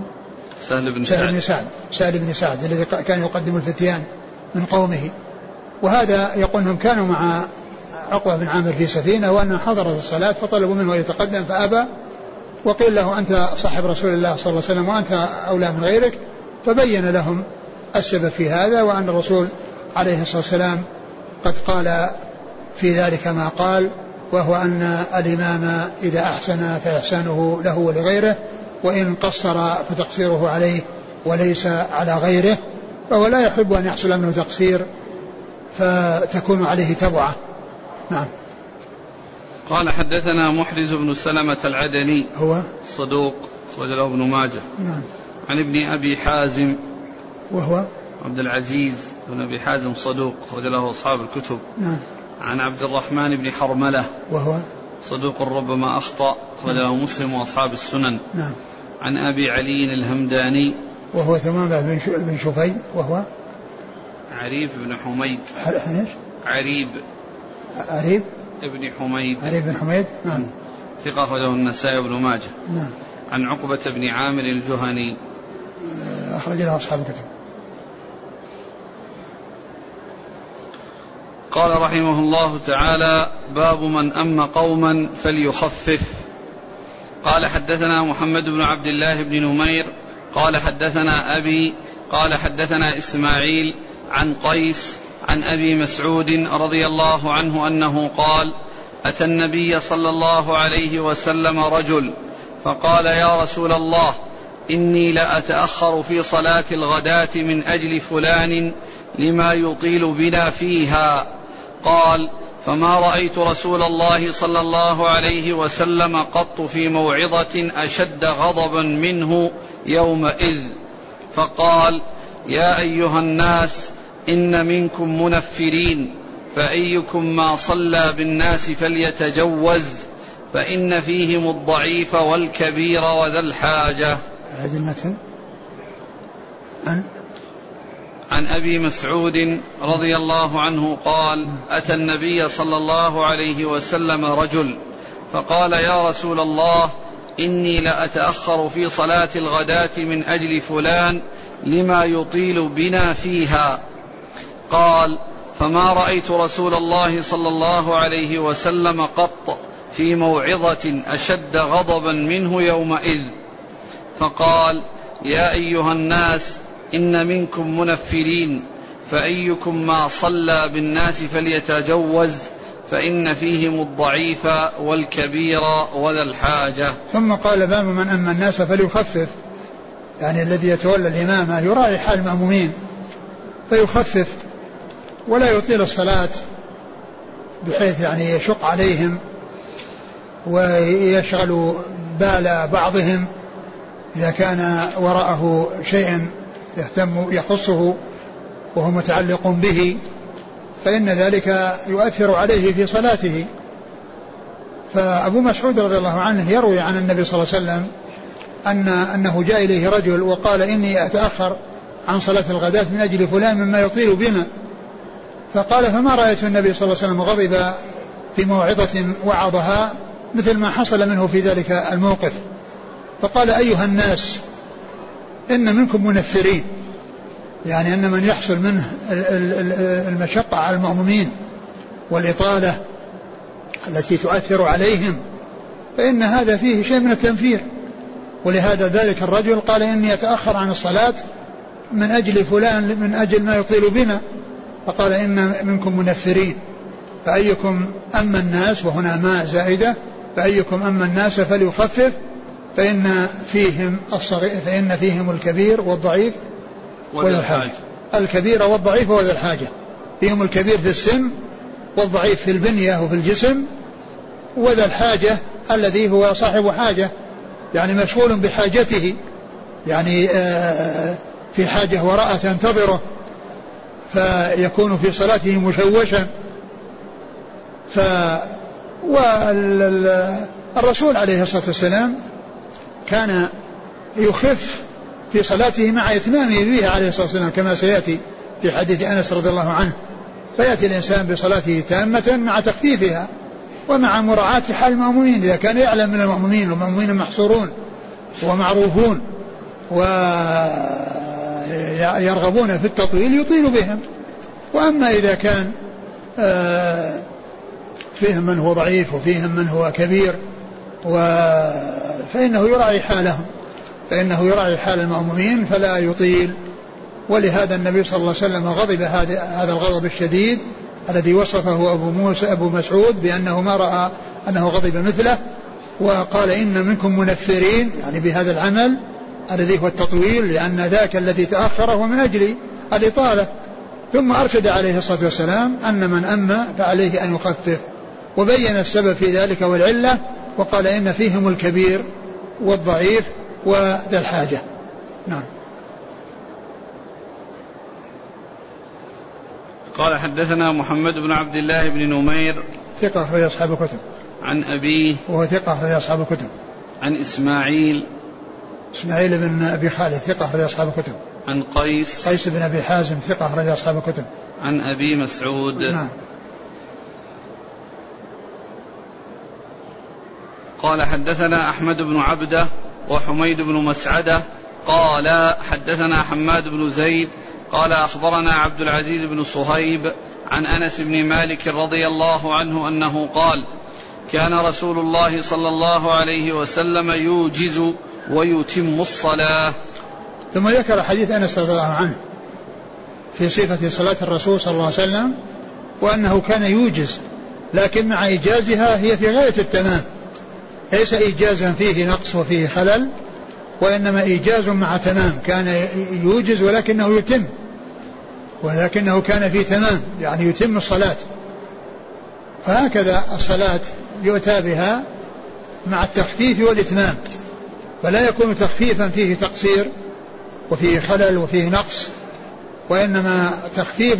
سهل بن سعد الذي كان يقدم الفتيان من قومه. وهذا يقول أنهم كانوا مع عقبة بن عامر في سفينة، وأن حضرت الصلاة فطلبوا منه أن يتقدم فأبى، وقيل له أنت صاحب رسول الله صلى الله عليه وسلم وأنت أولى من غيرك، فبين لهم السبب في هذا، وأن الرسول عليه الصلاة والسلام قد قال في ذلك ما قال، وهو أن الإمام إذا أحسن فإحسانه له ولغيره، وإن قصر فتقصيره عليه وليس على غيره، فهو لا يحب أن يحصل منه تقصير فتكون عليه تبعة. نعم. قال حدثنا محرز بن سلمة العدني هو صدوق أخرج له ابن ماجه. نعم. عن ابن أبي حازم وهو عبد العزيز بن أبي حازم صدوق أخرج له أصحاب الكتب. نعم. عن عبد الرحمن بن حرملة وهو صدوق ربما أخطأ أخرج له مسلم وأصحاب السنن. نعم. عن أبي علي الهمداني وهو ثمامة بن شفي وهو عريب بن حميد. عريب بن حميد. نعم. ثقة أخرجه النسائي بن ماجه. نعم. عن عقبة بن عامر الجهني أخرج له أصحاب الكتب. قال رحمه الله تعالى: باب من أم قوما فليخفف. قال حدثنا محمد بن عبد الله بن نمير قال حدثنا أبي قال حدثنا إسماعيل عن قيس عن أبي مسعود رضي الله عنه أنه قال: أتى النبي صلى الله عليه وسلم رجل فقال: يا رسول الله، إني لأتأخر في صلاة الغداة من أجل فلان لما يطيل بنا فيها. قال: فما رأيت رسول الله صلى الله عليه وسلم قط في موعظة أشد غضبا منه يومئذ. فقال: يا أيها الناس، إن منكم منفرين، فأيكم ما صلى بالناس فليتجوز، فإن فيهم الضعيف والكبير وذا الحاجة. هذا المثل عن أبي مسعود رضي الله عنه قال: أتى النبي صلى الله عليه وسلم رجل فقال: يا رسول الله، إني لأتأخر في صلاة الغداة من أجل فلان لما يطيل بنا فيها. قال: فما رأيت رسول الله صلى الله عليه وسلم قط في موعظة أشد غضبا منه يومئذ. فقال: يا أيها الناس، إن منكم منفرين، فأيكم ما صلى بالناس فليتجوز، فإن فيهم الضعيف والكبير وذا الحاجة. ثم قال: باب من أما الناس فليخفف، يعني الذي يتولى الإمامة يراعي حال المأمومين فيخفف ولا يطيل الصلاة بحيث يعني يشق عليهم ويشغل بال بعضهم إذا كان وراءه شيء يخصه وهو متعلق به، فإن ذلك يؤثر عليه في صلاته. فأبو مسعود رضي الله عنه يروي عن النبي صلى الله عليه وسلم أنه جاء إليه رجل وقال: إني أتأخر عن صلاة الغداة من أجل فلان مما يطيل بنا. فقال: فما رأيت النبي صلى الله عليه وسلم غضب في موعظة وعظها مثل ما حصل منه في ذلك الموقف. فقال: أيها الناس، إن منكم منفرين، يعني أن من يحصل منه المشقة على المأمومين والإطالة التي تؤثر عليهم، فإن هذا فيه شيء من التنفير. ولهذا ذلك الرجل قال إني أتأخر عن الصلاة من أجل فلان، من أجل ما يطيل بنا، فقال إن منكم منفرين، فأيكم أما الناس، وهنا ما زائدة، فأيكم أما الناس فليخفف، فإن فيهم الكبير والضعيف وذا الحاجة. الكبير والضعيف وذا الحاجة، فيهم الكبير في السن والضعيف في البنية وفي الجسم، وذا الحاجة الذي هو صاحب حاجة، يعني مشغول بحاجته، يعني في حاجة وراء تنتظره، فيكون في صلاته مشوشا. والرسول عليه الصلاة والسلام كان يخف في صلاته مع إتمامه بها عليه الصلاة والسلام، كما سيأتي في حديث أنس رضي الله عنه. فيأتي الإنسان بصلاته تامة مع تخفيفها ومع مراعاة حال المأمومين، إذا كان يعلم من المأمومين، والمأمومين محصورون ومعروفون ويرغبون في التطويل يطيل بهم. وأما إذا كان فيهم من هو ضعيف وفيهم من هو كبير فإنه يراعي حالهم، فإنه يراعي حال المأمومين فلا يطيل. ولهذا النبي صلى الله عليه وسلم غضب هذا الغضب الشديد الذي وصفه أبو مسعود بأنه ما رأى أنه غضب مثله، وقال إن منكم منفرين، يعني بهذا العمل الذي هو التطويل، لأن ذاك الذي تأخر هو من أجل الإطالة. ثم أرشد عليه الصلاة والسلام أن من أما فعليه أن يخفف، وبين السبب في ذلك والعلة، وقال إن فيهم الكبير والضعيف وذا الحاجة. نعم. قال حدثنا محمد بن عبد الله بن نمير ثقة أخرج أصحاب الكتب. عن أبيه وهو ثقة أخرج أصحاب الكتب. عن إسماعيل بن أبي خالد ثقة أخرج أصحاب الكتب. عن قيس بن أبي حازم ثقة أخرج أصحاب الكتب. عن أبي مسعود. نعم. قال حدثنا أحمد بن عبده وحميد بن مسعدة قال حدثنا حماد بن زيد قال أخبرنا عبد العزيز بن صهيب عن أنس بن مالك رضي الله عنه أنه قال كان رسول الله صلى الله عليه وسلم يوجز ويتم الصلاة. ثم ذكر حديث أنس رضي الله عنه في صفة صلاة الرسول صلى الله عليه وسلم، وأنه كان يوجز، لكن مع إيجازها هي في غاية التمام، ليس إيجازا فيه نقص وفيه خلل، وإنما إيجاز مع تمام. كان يوجز ولكنه يتم، ولكنه كان في تمام، يعني يتم الصلاة. فهكذا الصلاة يؤتى بها مع التخفيف والإتمام، فلا يكون تخفيفا فيه تقصير وفيه خلل وفيه نقص، وإنما تخفيف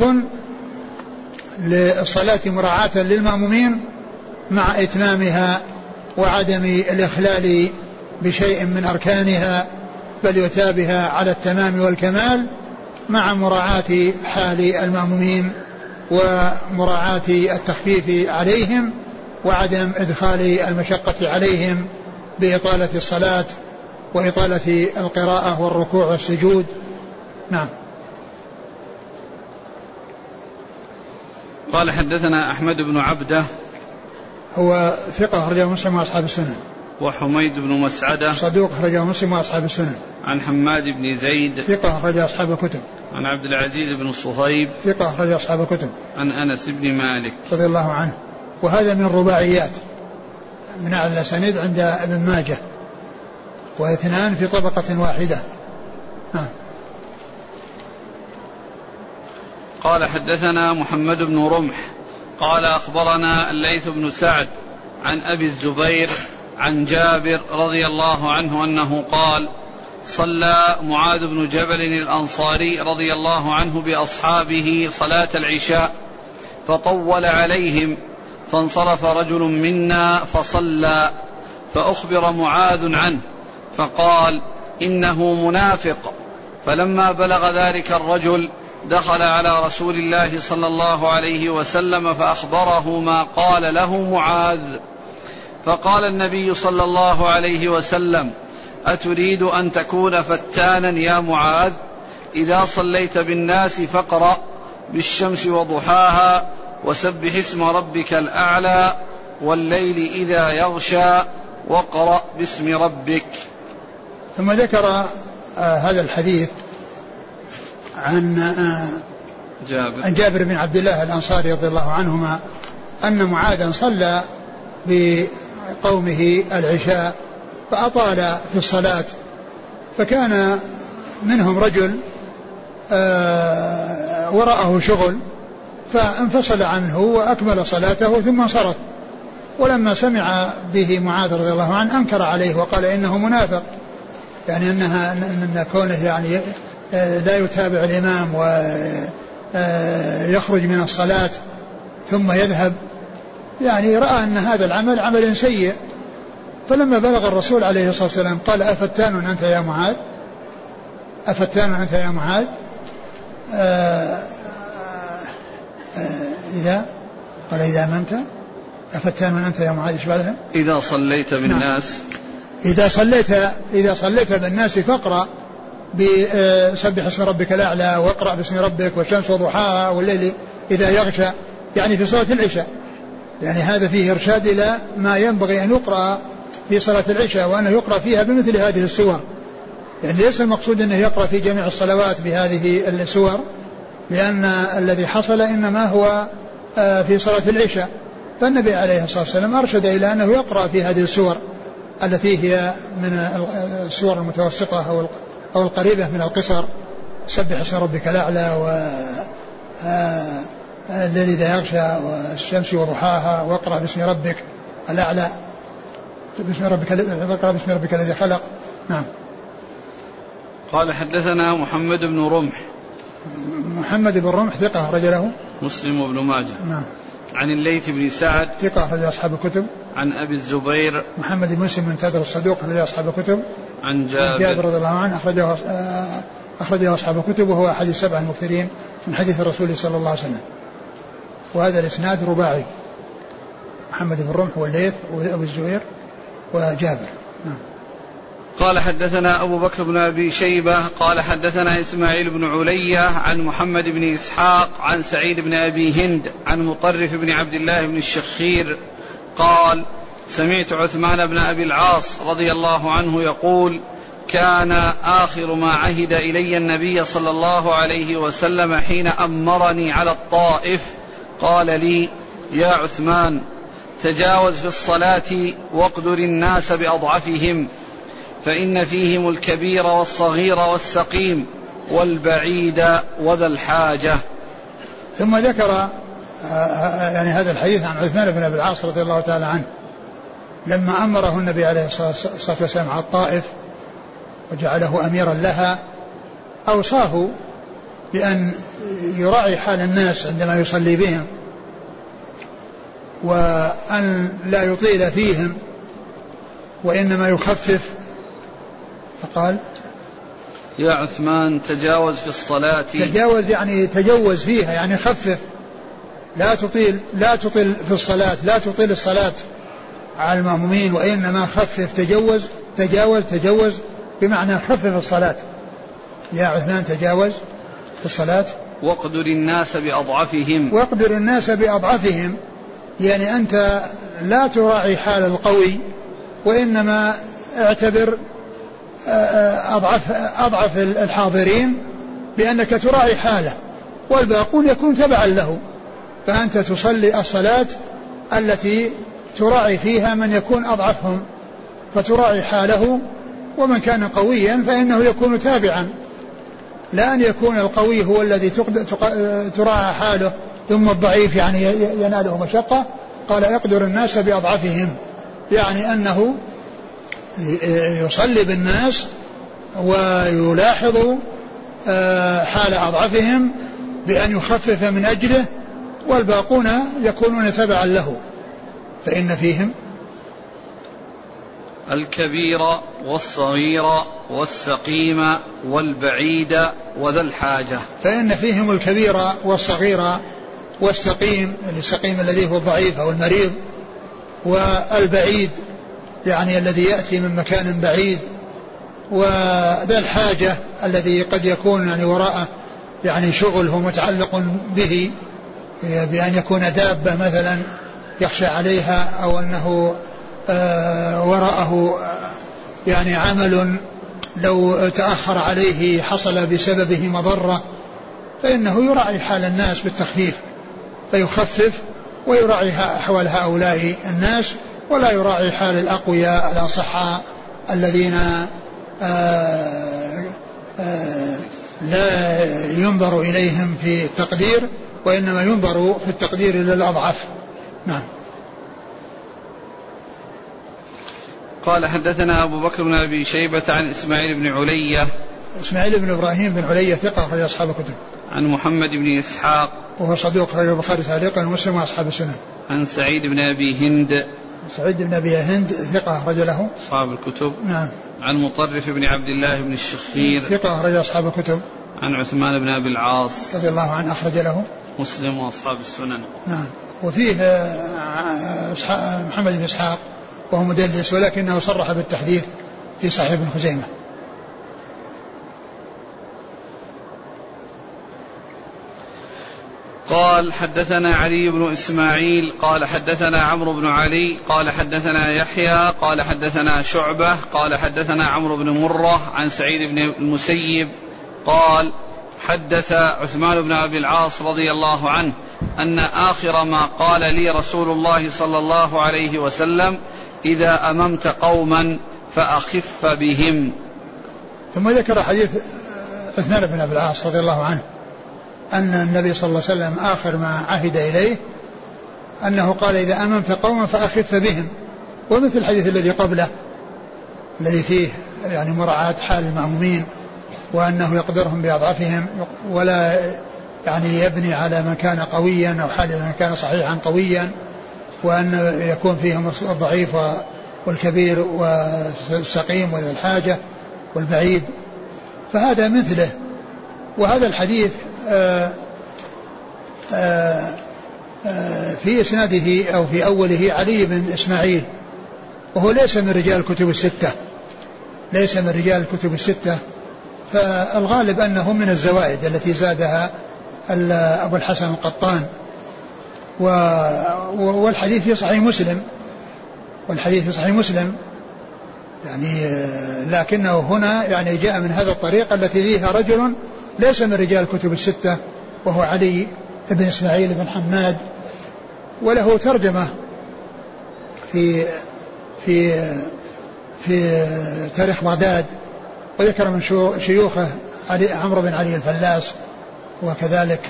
للصلاة مراعاة للمأمومين مع إتمامها وعدم الإخلال بشيء من أركانها، بل يؤتى بها على التمام والكمال مع مراعاة حال المأمومين ومراعاة التخفيف عليهم وعدم إدخال المشقة عليهم بإطالة الصلاة وإطالة القراءة والركوع والسجود. نعم. قال حدثنا أحمد بن عبده هو ثقة أخرجه مسلم وأصحاب السنن. وحميد بن مسعدة صدوق أخرجه مسلم وأصحاب السنن. عن حماد بن زيد ثقة أخرج أصحاب الكتب. عن عبد العزيز بن صهيب ثقة أخرج أصحاب الكتب. عن أنس بن مالك رضي الله عنه. وهذا من الرباعيات من أعلى الأسانيد عند ابن ماجه، واثنان في طبقة واحدة. قال حدثنا محمد بن رمح قال أخبرنا الليث بن سعد عن أبي الزبير عن جابر رضي الله عنه أنه قال صلى معاذ بن جبل الأنصاري رضي الله عنه بأصحابه صلاة العشاء فطول عليهم، فانصرف رجل منا فصلى، فأخبر معاذ عنه فقال إنه منافق. فلما بلغ ذلك الرجل دخل على رسول الله صلى الله عليه وسلم فأخبره ما قال له معاذ، فقال النبي صلى الله عليه وسلم أتريد أن تكون فتانا يا معاذ؟ إذا صليت بالناس فاقرأ بالشمس وضحاها وسبح اسم ربك الأعلى والليل إذا يغشى واقرأ باسم ربك. ثم ذكر هذا الحديث عن جابر بن عبد الله الأنصاري رضي الله عنهما أن معاذا صلى بقومه العشاء فأطال في الصلاة، فكان منهم رجل وراءه شغل فانفصل عنه وأكمل صلاته ثم انصرف، ولما سمع به معاذ رضي الله عنه أنكر عليه وقال إنه منافق، يعني أن كونه يعني لا يتابع الإمام ويخرج من الصلاة ثم يذهب، يعني رأى أن هذا العمل عمل سيء. فلما بلغ الرسول عليه الصلاة والسلام قال أفتان أنت يا معاذ، أفتان أنت يا معاذ، إذا أممت أفتان أنت يا معاذ، إيش بعدها؟ إذا صليت بالناس، إذا صليت بالناس فاقرأ بسبح اسم ربك الأعلى واقرأ باسم ربك والشمس وضحاها والليل إذا يغشى، يعني في صلاة العشاء. يعني هذا فيه إرشاد إلى ما ينبغي أن يقرأ في صلاة العشاء، وأنه يقرأ فيها بمثل هذه السور. يعني ليس المقصود أنه يقرأ في جميع الصلوات بهذه السور، لأن الذي حصل إنما هو في صلاة العشاء، فالنبي عليه الصلاة والسلام أرشد إلى أنه يقرأ في هذه السور التي هي من السور المتوسطة أو القريبة من القصر، سبح اسم ربك الأعلى والليل إذا يغشى والشمس وضحاها واقرأ باسم ربك الأعلى، اقرأ باسم ربك الذي خلق. نعم. قال حدثنا محمد بن رمح. محمد بن رمح ثقة رجله مسلم بن ماجه. نعم. عن الليث بن سعد ثقة رجل أصحاب الكتب. عن أبي الزبير محمد بن مسلم من تدر الصدوق رجل أصحاب الكتب. عن جابر رضي الله عنه أخرجه أصحاب الكتب، وهو أحد السبع المكثرين من حديث الرسول صلى الله عليه وسلم. وهذا الإسناد رباعي، محمد بن رمح والليث وأبي الزبير وجابر. نعم. قال حدثنا أبو بكر بن أبي شيبة قال حدثنا إسماعيل بن علية عن محمد بن إسحاق عن سعيد بن أبي هند عن مطرف بن عبد الله بن الشخير قال سمعت عثمان بن أبي العاص رضي الله عنه يقول كان آخر ما عهد إلي النبي صلى الله عليه وسلم حين أمرني على الطائف قال لي يا عثمان تجاوز في الصلاة واقدر الناس بأضعفهم فإن فيهم الكبير والصغير والسقيم والبعيد وذا الحاجة. ثم ذكر يعني هذا الحديث عن عثمان بن أبي العاص رضي الله تعالى عنه لما أمره النبي عليه الصلاة والسلام على الطائف وجعله أميرا لها، أوصاه بأن يراعي حال الناس عندما يصلي بهم وأن لا يطيل فيهم وإنما يخفف، فقال يا عثمان تجاوز في الصلاة، تجاوز يعني تجوز فيها، يعني خفف، لا تطيل في الصلاة، لا تطيل الصلاة على المأمومين، وإنما خفف. تجاوز بمعنى خفف الصلاة. يا عثمان تجاوز في الصلاة واقدر الناس بأضعفهم، يعني أنت لا تراعي حال القوي، وإنما اعتبر أضعف الحاضرين بأنك تراعي حاله، والباقون يكون تبعا له، فأنت تصلي الصلاة التي تراعي فيها من يكون أضعفهم، فتراعي حاله، ومن كان قويا فإنه يكون تابعا، لا أن يكون القوي هو الذي تراعى حاله ثم الضعيف يعني يناله مشقة. قال اقدر الناس بأضعفهم، يعني أنه يصلي بالناس ويلاحظ حال أضعفهم بأن يخفف من أجله، والباقون يكونون تبعا له، فإن فيهم الكبير والصغير والسقيم والبعيد وذا الحاجة، فإن فيهم الكبير والصغير والسقيم، السقيم الذي هو الضعيف أو المريض، والبعيد يعني الذي يأتي من مكان بعيد، وذا الحاجة الذي قد يكون يعني وراءه يعني شغل هو متعلق به، بأن يكون دابة مثلا يخشى عليها أو أنه وراءه يعني عمل لو تأخر عليه حصل بسببه مضرة، فإنه يراعي حال الناس بالتخفيف، فيخفف ويراعي أحوال هؤلاء الناس، ولا يراعي حال الأقوياء الأصحاء الذين لا ينظر إليهم في التقدير، وإنما ينظر في التقدير للأضعف. نعم. قال حدثنا أبو بكر بن أبي شيبة عن إسماعيل بن علية. إسماعيل بن إبراهيم بن علية ثقة أخرج أصحاب الكتب. عن محمد بن إسحاق وهو صدوق أخرج البخاري تعليقا ومسلم وأصحاب السنن. عن سعيد بن أبي هند. سعيد بن أبي هند ثقة أخرج له أصحاب الكتب. نعم. عن مطرف بن عبد الله بن الشخير ثقة أخرج أصحاب الكتب. عن عثمان بن أبي العاص رضي الله عنه أخرج له مسلم وأصحاب السنن. نعم. وفيه محمد بن إسحاق وهو مدلس، ولكنه صرح بالتحديث في صحيح ابن خزيمة. قال حدثنا علي بن إسماعيل قال حدثنا عمرو بن علي قال حدثنا يحيى قال حدثنا شعبة قال حدثنا عمرو بن مرة عن سعيد بن المسيب قال حدث عثمان بن أبي العاص رضي الله عنه أن آخر ما قال لي رسول الله صلى الله عليه وسلم: إذا أممت قوما فأخف بهم. ثم ذكر حديث عثمان بن أبي العاص رضي الله عنه أن النبي صلى الله عليه وسلم آخر ما عهد إليه أنه قال: إذا أممت قوما فأخف بهم، ومثل الحديث الذي قبله الذي فيه يعني مراعاة حال المأمومين، وأنه يقدرهم بأضعفهم، ولا يعني يبني على من كان قويا أو حال من كان صحيحا قويا، وأن يكون فيهم الضعيف والكبير والسقيم وذي الحاجة والبعيد، فهذا مثله. وهذا الحديث في إسناده أو في أوله علي بن إسماعيل، وهو ليس من رجال الكتب الستة، ليس من رجال الكتب الستة، فالغالب أنه من الزوائد التي زادها أبو الحسن القطان. والحديث في صحيح مسلم، والحديث في صحيح مسلم يعني، لكنه هنا يعني جاء من هذا الطريق التي فيها رجل ليس من رجال الكتب الستة، وهو علي بن إسماعيل بن حماد، وله ترجمة في تاريخ بغداد، وذكر من شيوخه عمرو بن علي الفلاس، وكذلك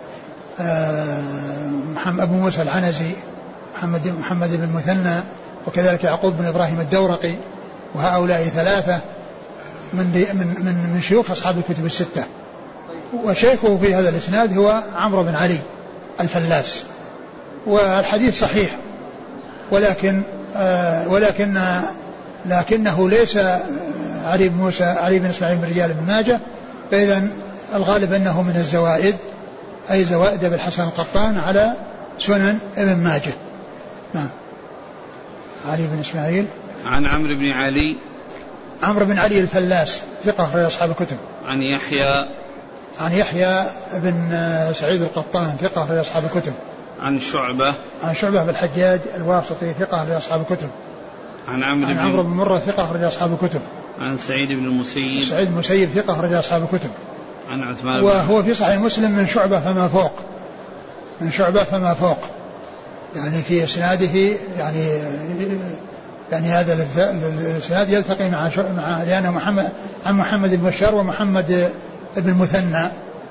أبو موسى العنزي محمد بن المثنى، وكذلك يعقوب بن إبراهيم الدورقي، وهؤلاء ثلاثة من شيوخ أصحاب الكتب الستة. وشيخه في هذا الإسناد هو عمرو بن علي الفلاس. والحديث صحيح، لكنه ليس علي بن إسماعيل بن رجال بن ماجه، فإذا الغالب أنه من الزوائد، أي زوائد ابن الحسن القطان على سنن ابن ماجه. نعم. علي بن إسماعيل عن عمرو بن علي الفلاس ثقة أخرج أصحاب الكتب. عن يحيى بن سعيد القطان ثقة أخرج أصحاب الكتب. عن شعبة بن الحجاج الواسطي ثقة أخرج أصحاب الكتب. عن عمرو بن مرة ثقة أخرج أصحاب الكتب. عن سعيد بن المسيب ثقة أخرج أصحاب الكتب. عن عثمان، وهو في صحيح مسلم من شعبة فما فوق، يعني في إسناده يعني هذا الإسناد يلتقي مع لأنه عن محمد بن بشار ومحمد بن المثنى،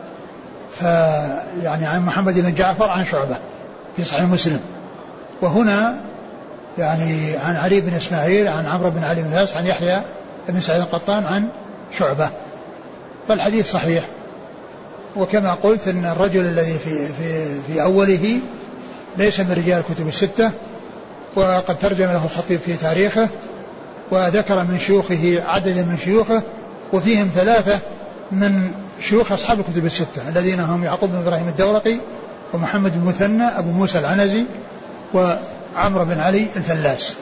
فيعني عن محمد بن جعفر عن شعبة في صحيح مسلم. وهنا يعني عن علي بن إسماعيل عن عمرو بن علي بن الفلاس عن يحيى بن سعيد القطان عن شعبة، فالحديث صحيح. وكما قلت أن الرجل الذي في أوله ليس من رجال الكتب الستة، وقد ترجم له الخطيب في تاريخه، وذكر من شيوخه عدد من شيوخه، وفيهم ثلاثة من شيوخ أصحاب الكتب الستة الذين هم يعقوب بن إبراهيم الدورقي، ومحمد بن المثنى، أبو موسى العنزي، وعمرو بن علي الفلاس.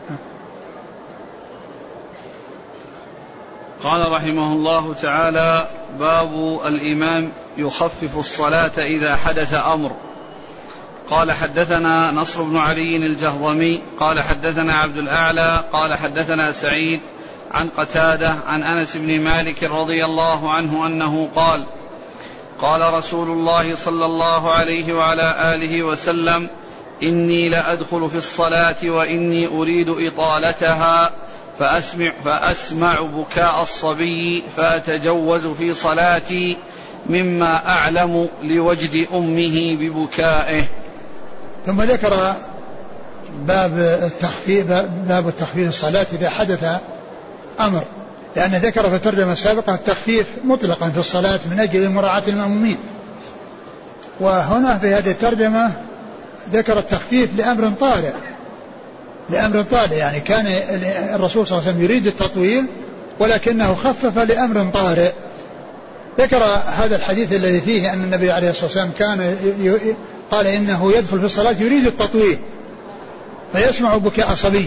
قال رحمه الله تعالى: باب الإمام يخفف الصلاة إذا حدث أمر. قال حدثنا نصر بن علي الجهضمي قال حدثنا عبد الأعلى قال حدثنا سعيد عن قتادة عن أنس بن مالك رضي الله عنه أنه قال قال رسول الله صلى الله عليه وعلى آله وسلم إني لأدخل في الصلاة وإني أريد إطالتها فأسمع بكاء الصبي فأتجوز في صلاتي مما أعلم لوجد أمه ببكائه. ثم ذكر باب التخفيف الصلاة إذا حدث أمر، لأن ذكر في الترجمة السابقة التخفيف مطلقا في الصلاة من أجل مراعاة المأمومين، وهنا في هذه الترجمة ذكر التخفيف لأمر طارئ، يعني كان الرسول صلى الله عليه وسلم يريد التطويل ولكنه خفف لأمر طارئ. ذكر هذا الحديث الذي فيه أن النبي عليه الصلاة والسلام كان قال إنه يدخل في الصلاة يريد التطويل فيسمع بكاء صبي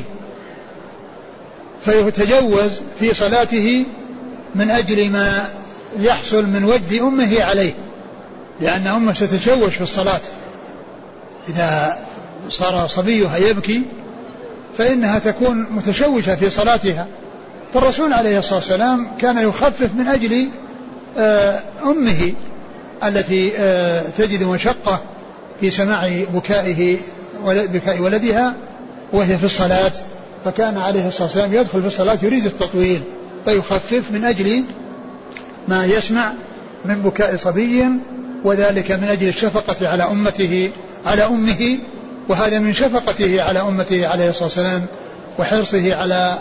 فيتجوز في صلاته من أجل ما يحصل من وجد أمه عليه، لأن أمه ستتشوش في الصلاة إذا صار صبيها يبكي فإنها تكون متشوشة في صلاتها. فالرسول عليه الصلاة والسلام كان يخفف من أجل أمه التي تجد مشقة في سماع بكاء ولدها وهي في الصلاة، فكان عليه الصلاة والسلام يدخل في الصلاة يريد التطويل فيخفف من أجل ما يسمع من بكاء صبي، وذلك من أجل الشفقة على أمه، وهذا من شفقته على أمته عليه الصلاة والسلام وحرصه على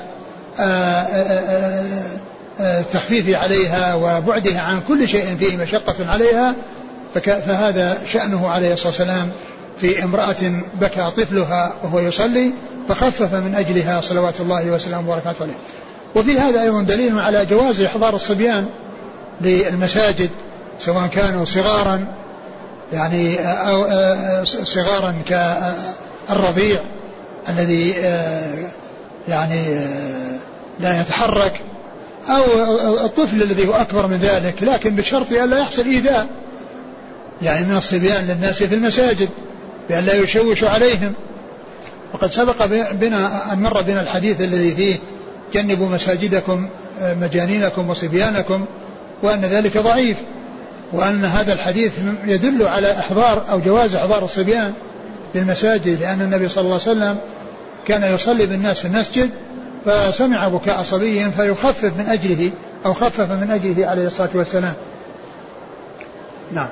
التخفيف عليها وبعدها عن كل شيء فيه مشقة عليها. فهذا شأنه عليه الصلاة والسلام في امرأة بكى طفلها وهو يصلي فخفف من أجلها صلوات الله وسلامه وبركاته عليه. وفي هذا أيضا دليل على جواز إحضار الصبيان للمساجد سواء كانوا صغارا يعني أو صغارا كالرضيع الذي يعني لا يتحرك، أو الطفل الذي هو أكبر من ذلك، لكن بشرط ألا يحصل إيذاء يعني من الصبيان للناس في المساجد بأن لا يشوش عليهم. وقد سبق بنا أن مر بنا الحديث الذي فيه جنبوا مساجدكم مجانينكم وصبيانكم، وأن ذلك ضعيف، وأن هذا الحديث يدل على إحضار أو جواز إحضار الصبيان للمساجد، لأن النبي صلى الله عليه وسلم كان يصلي بالناس في المسجد فسمع بكاء صبي فيخفف من أجله أو خفف من أجله عليه الصلاة والسلام. نعم.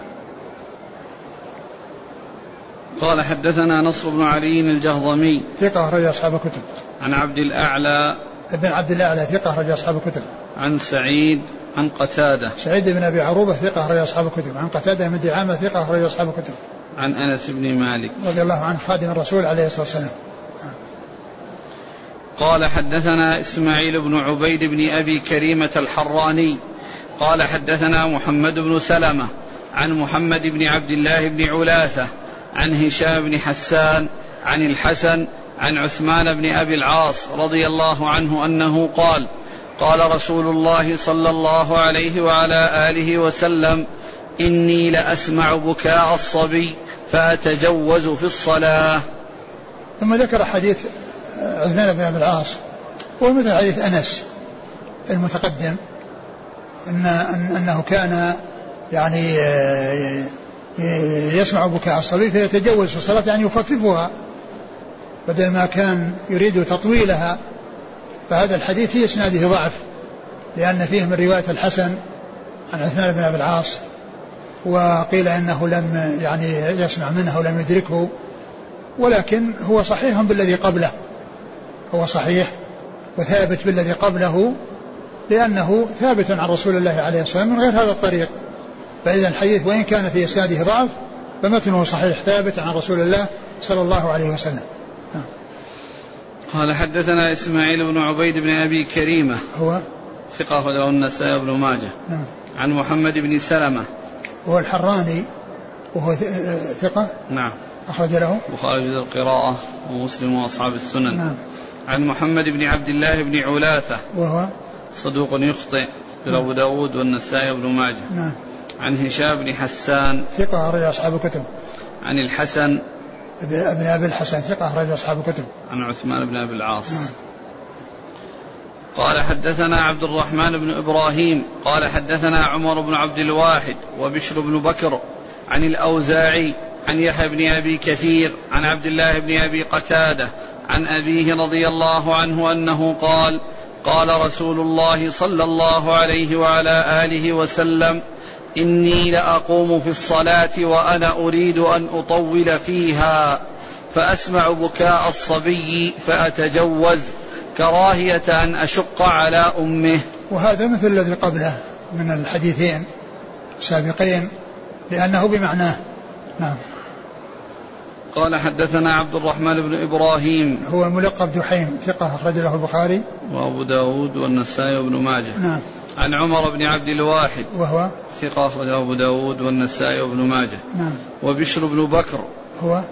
قال حدثنا نصر بن علي الجهضمي ثقة أخرج أصحاب الكتب. عن عبد الأعلى ابن عبد الأعلى ثقة أخرج أصحاب الكتب. عن سعيد عن قتادة سعيد بن أبي عروبة ثقة أخرج أصحاب الكتب. عن قتادة بن دعامة ثقة أخرج أصحاب الكتب. عن أنس بن مالك رضي الله عنه خادم الرسول عليه الصلاة والسلام. قال حدثنا إسماعيل بن عبيد بن أبي كريمة الحراني قال حدثنا محمد بن سلمة عن محمد بن عبد الله بن علاثة عن هشام بن حسان عن الحسن عن عثمان بن أبي العاص رضي الله عنه أنه قال قال رسول الله صلى الله عليه وعلى آله وسلم إني لأسمع بكاء الصبي فأتجوز في الصلاة. ثم ذكر حديث عثمان بن أبي العاص ومثل حديث أنس المتقدم أنه كان يعني يسمع بكاء الصبي فيتجوز في الصلاة يعني يخففها بدل ما كان يريد تطويلها. فهذا الحديث في إسناده ضعف لأن فيه من رواية الحسن عن عثمان بن أبي العاص، وقيل إنه لم يعني يسمع منه ولم يدركه، ولكن هو صحيح بالذي قبله، هو صحيح وثابت بالذي قبله لأنه ثابت عن رسول الله عليه الصلاة والسلام من غير هذا الطريق. فإذا الحديث وإن كان في إسناده ضعف فمتنه صحيح ثابت عن رسول الله صلى الله عليه وسلم. قال حدثنا إسماعيل بن عبيد بن أبي كريمة هو ثقة أخرجه النسائي وابن ماجه. عن محمد بن سلمة هو الحراني وهو ثقة. نعم. أخرج له البخاري جزء القراءة ومسلم وأصحاب السنن. نعم. عن محمد بن عبد الله بن علاثة وهو صدوق يخطئ أبو داود والنسائي وابن ماجه. نعم. عن هشام بن حسان ثقة أخرج أصحاب الكتب. عن الحسن بن أبي الحسن ثقة أخرج أصحاب الكتب. عن عثمان بن أبي العاص. قال حدثنا عبد الرحمن بن إبراهيم قال حدثنا عمر بن عبد الواحد وبشر بن بكر عن الأوزاعي عن يحيى بن أبي كثير عن عبد الله بن أبي قتادة عن أبيه رضي الله عنه أنه قال قال رسول الله صلى الله عليه وعلى آله وسلم إني لأقوم في الصلاة وأنا أريد أن أطول فيها فأسمع بكاء الصبي فأتجوز كراهية أن أشق على أمه. وهذا مثل الذي قبله من الحديثين السابقين لأنه بمعناه. نعم. قال حدثنا عبد الرحمن بن إبراهيم هو ملقب دحيم ثقة أخرج له البخاري وأبو داود والنسائي وابن ماجه. نعم. عن عمر بن عبد الواحد وهو ثقة أخرجه أبو داود والنسائي وابن ماجه. نعم. وبشر بن بكر هو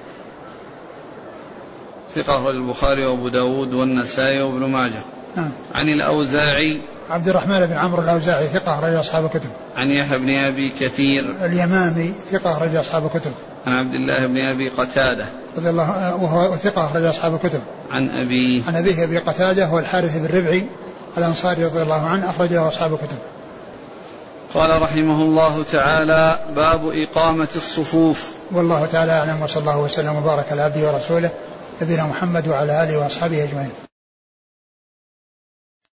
ثقة أخرج البخاري وأبو داود والنسائي وابن ماجه. نعم. عن الأوزاعي عبد الرحمن بن عمرو الأوزاعي ثقة أخرج أصحاب الكتب. عن يحيى بن أبي كثير اليمامي ثقة أخرج أصحاب الكتب. عن عبد الله بن أبي قتادة رضي الله وهو ثقة أخرج أصحاب الكتب. عن أبيه أبي قتادة هو الحارث بن ربعي الأنصاري رضي الله عنه أخرج له أصحاب الكتب. قال رحمه الله تعالى باب إقامة الصفوف. والله تعالى أعلم وصلى الله وسلم وبارك على عبده ورسوله نبينا محمد وعلى آله وأصحابه أجمعين.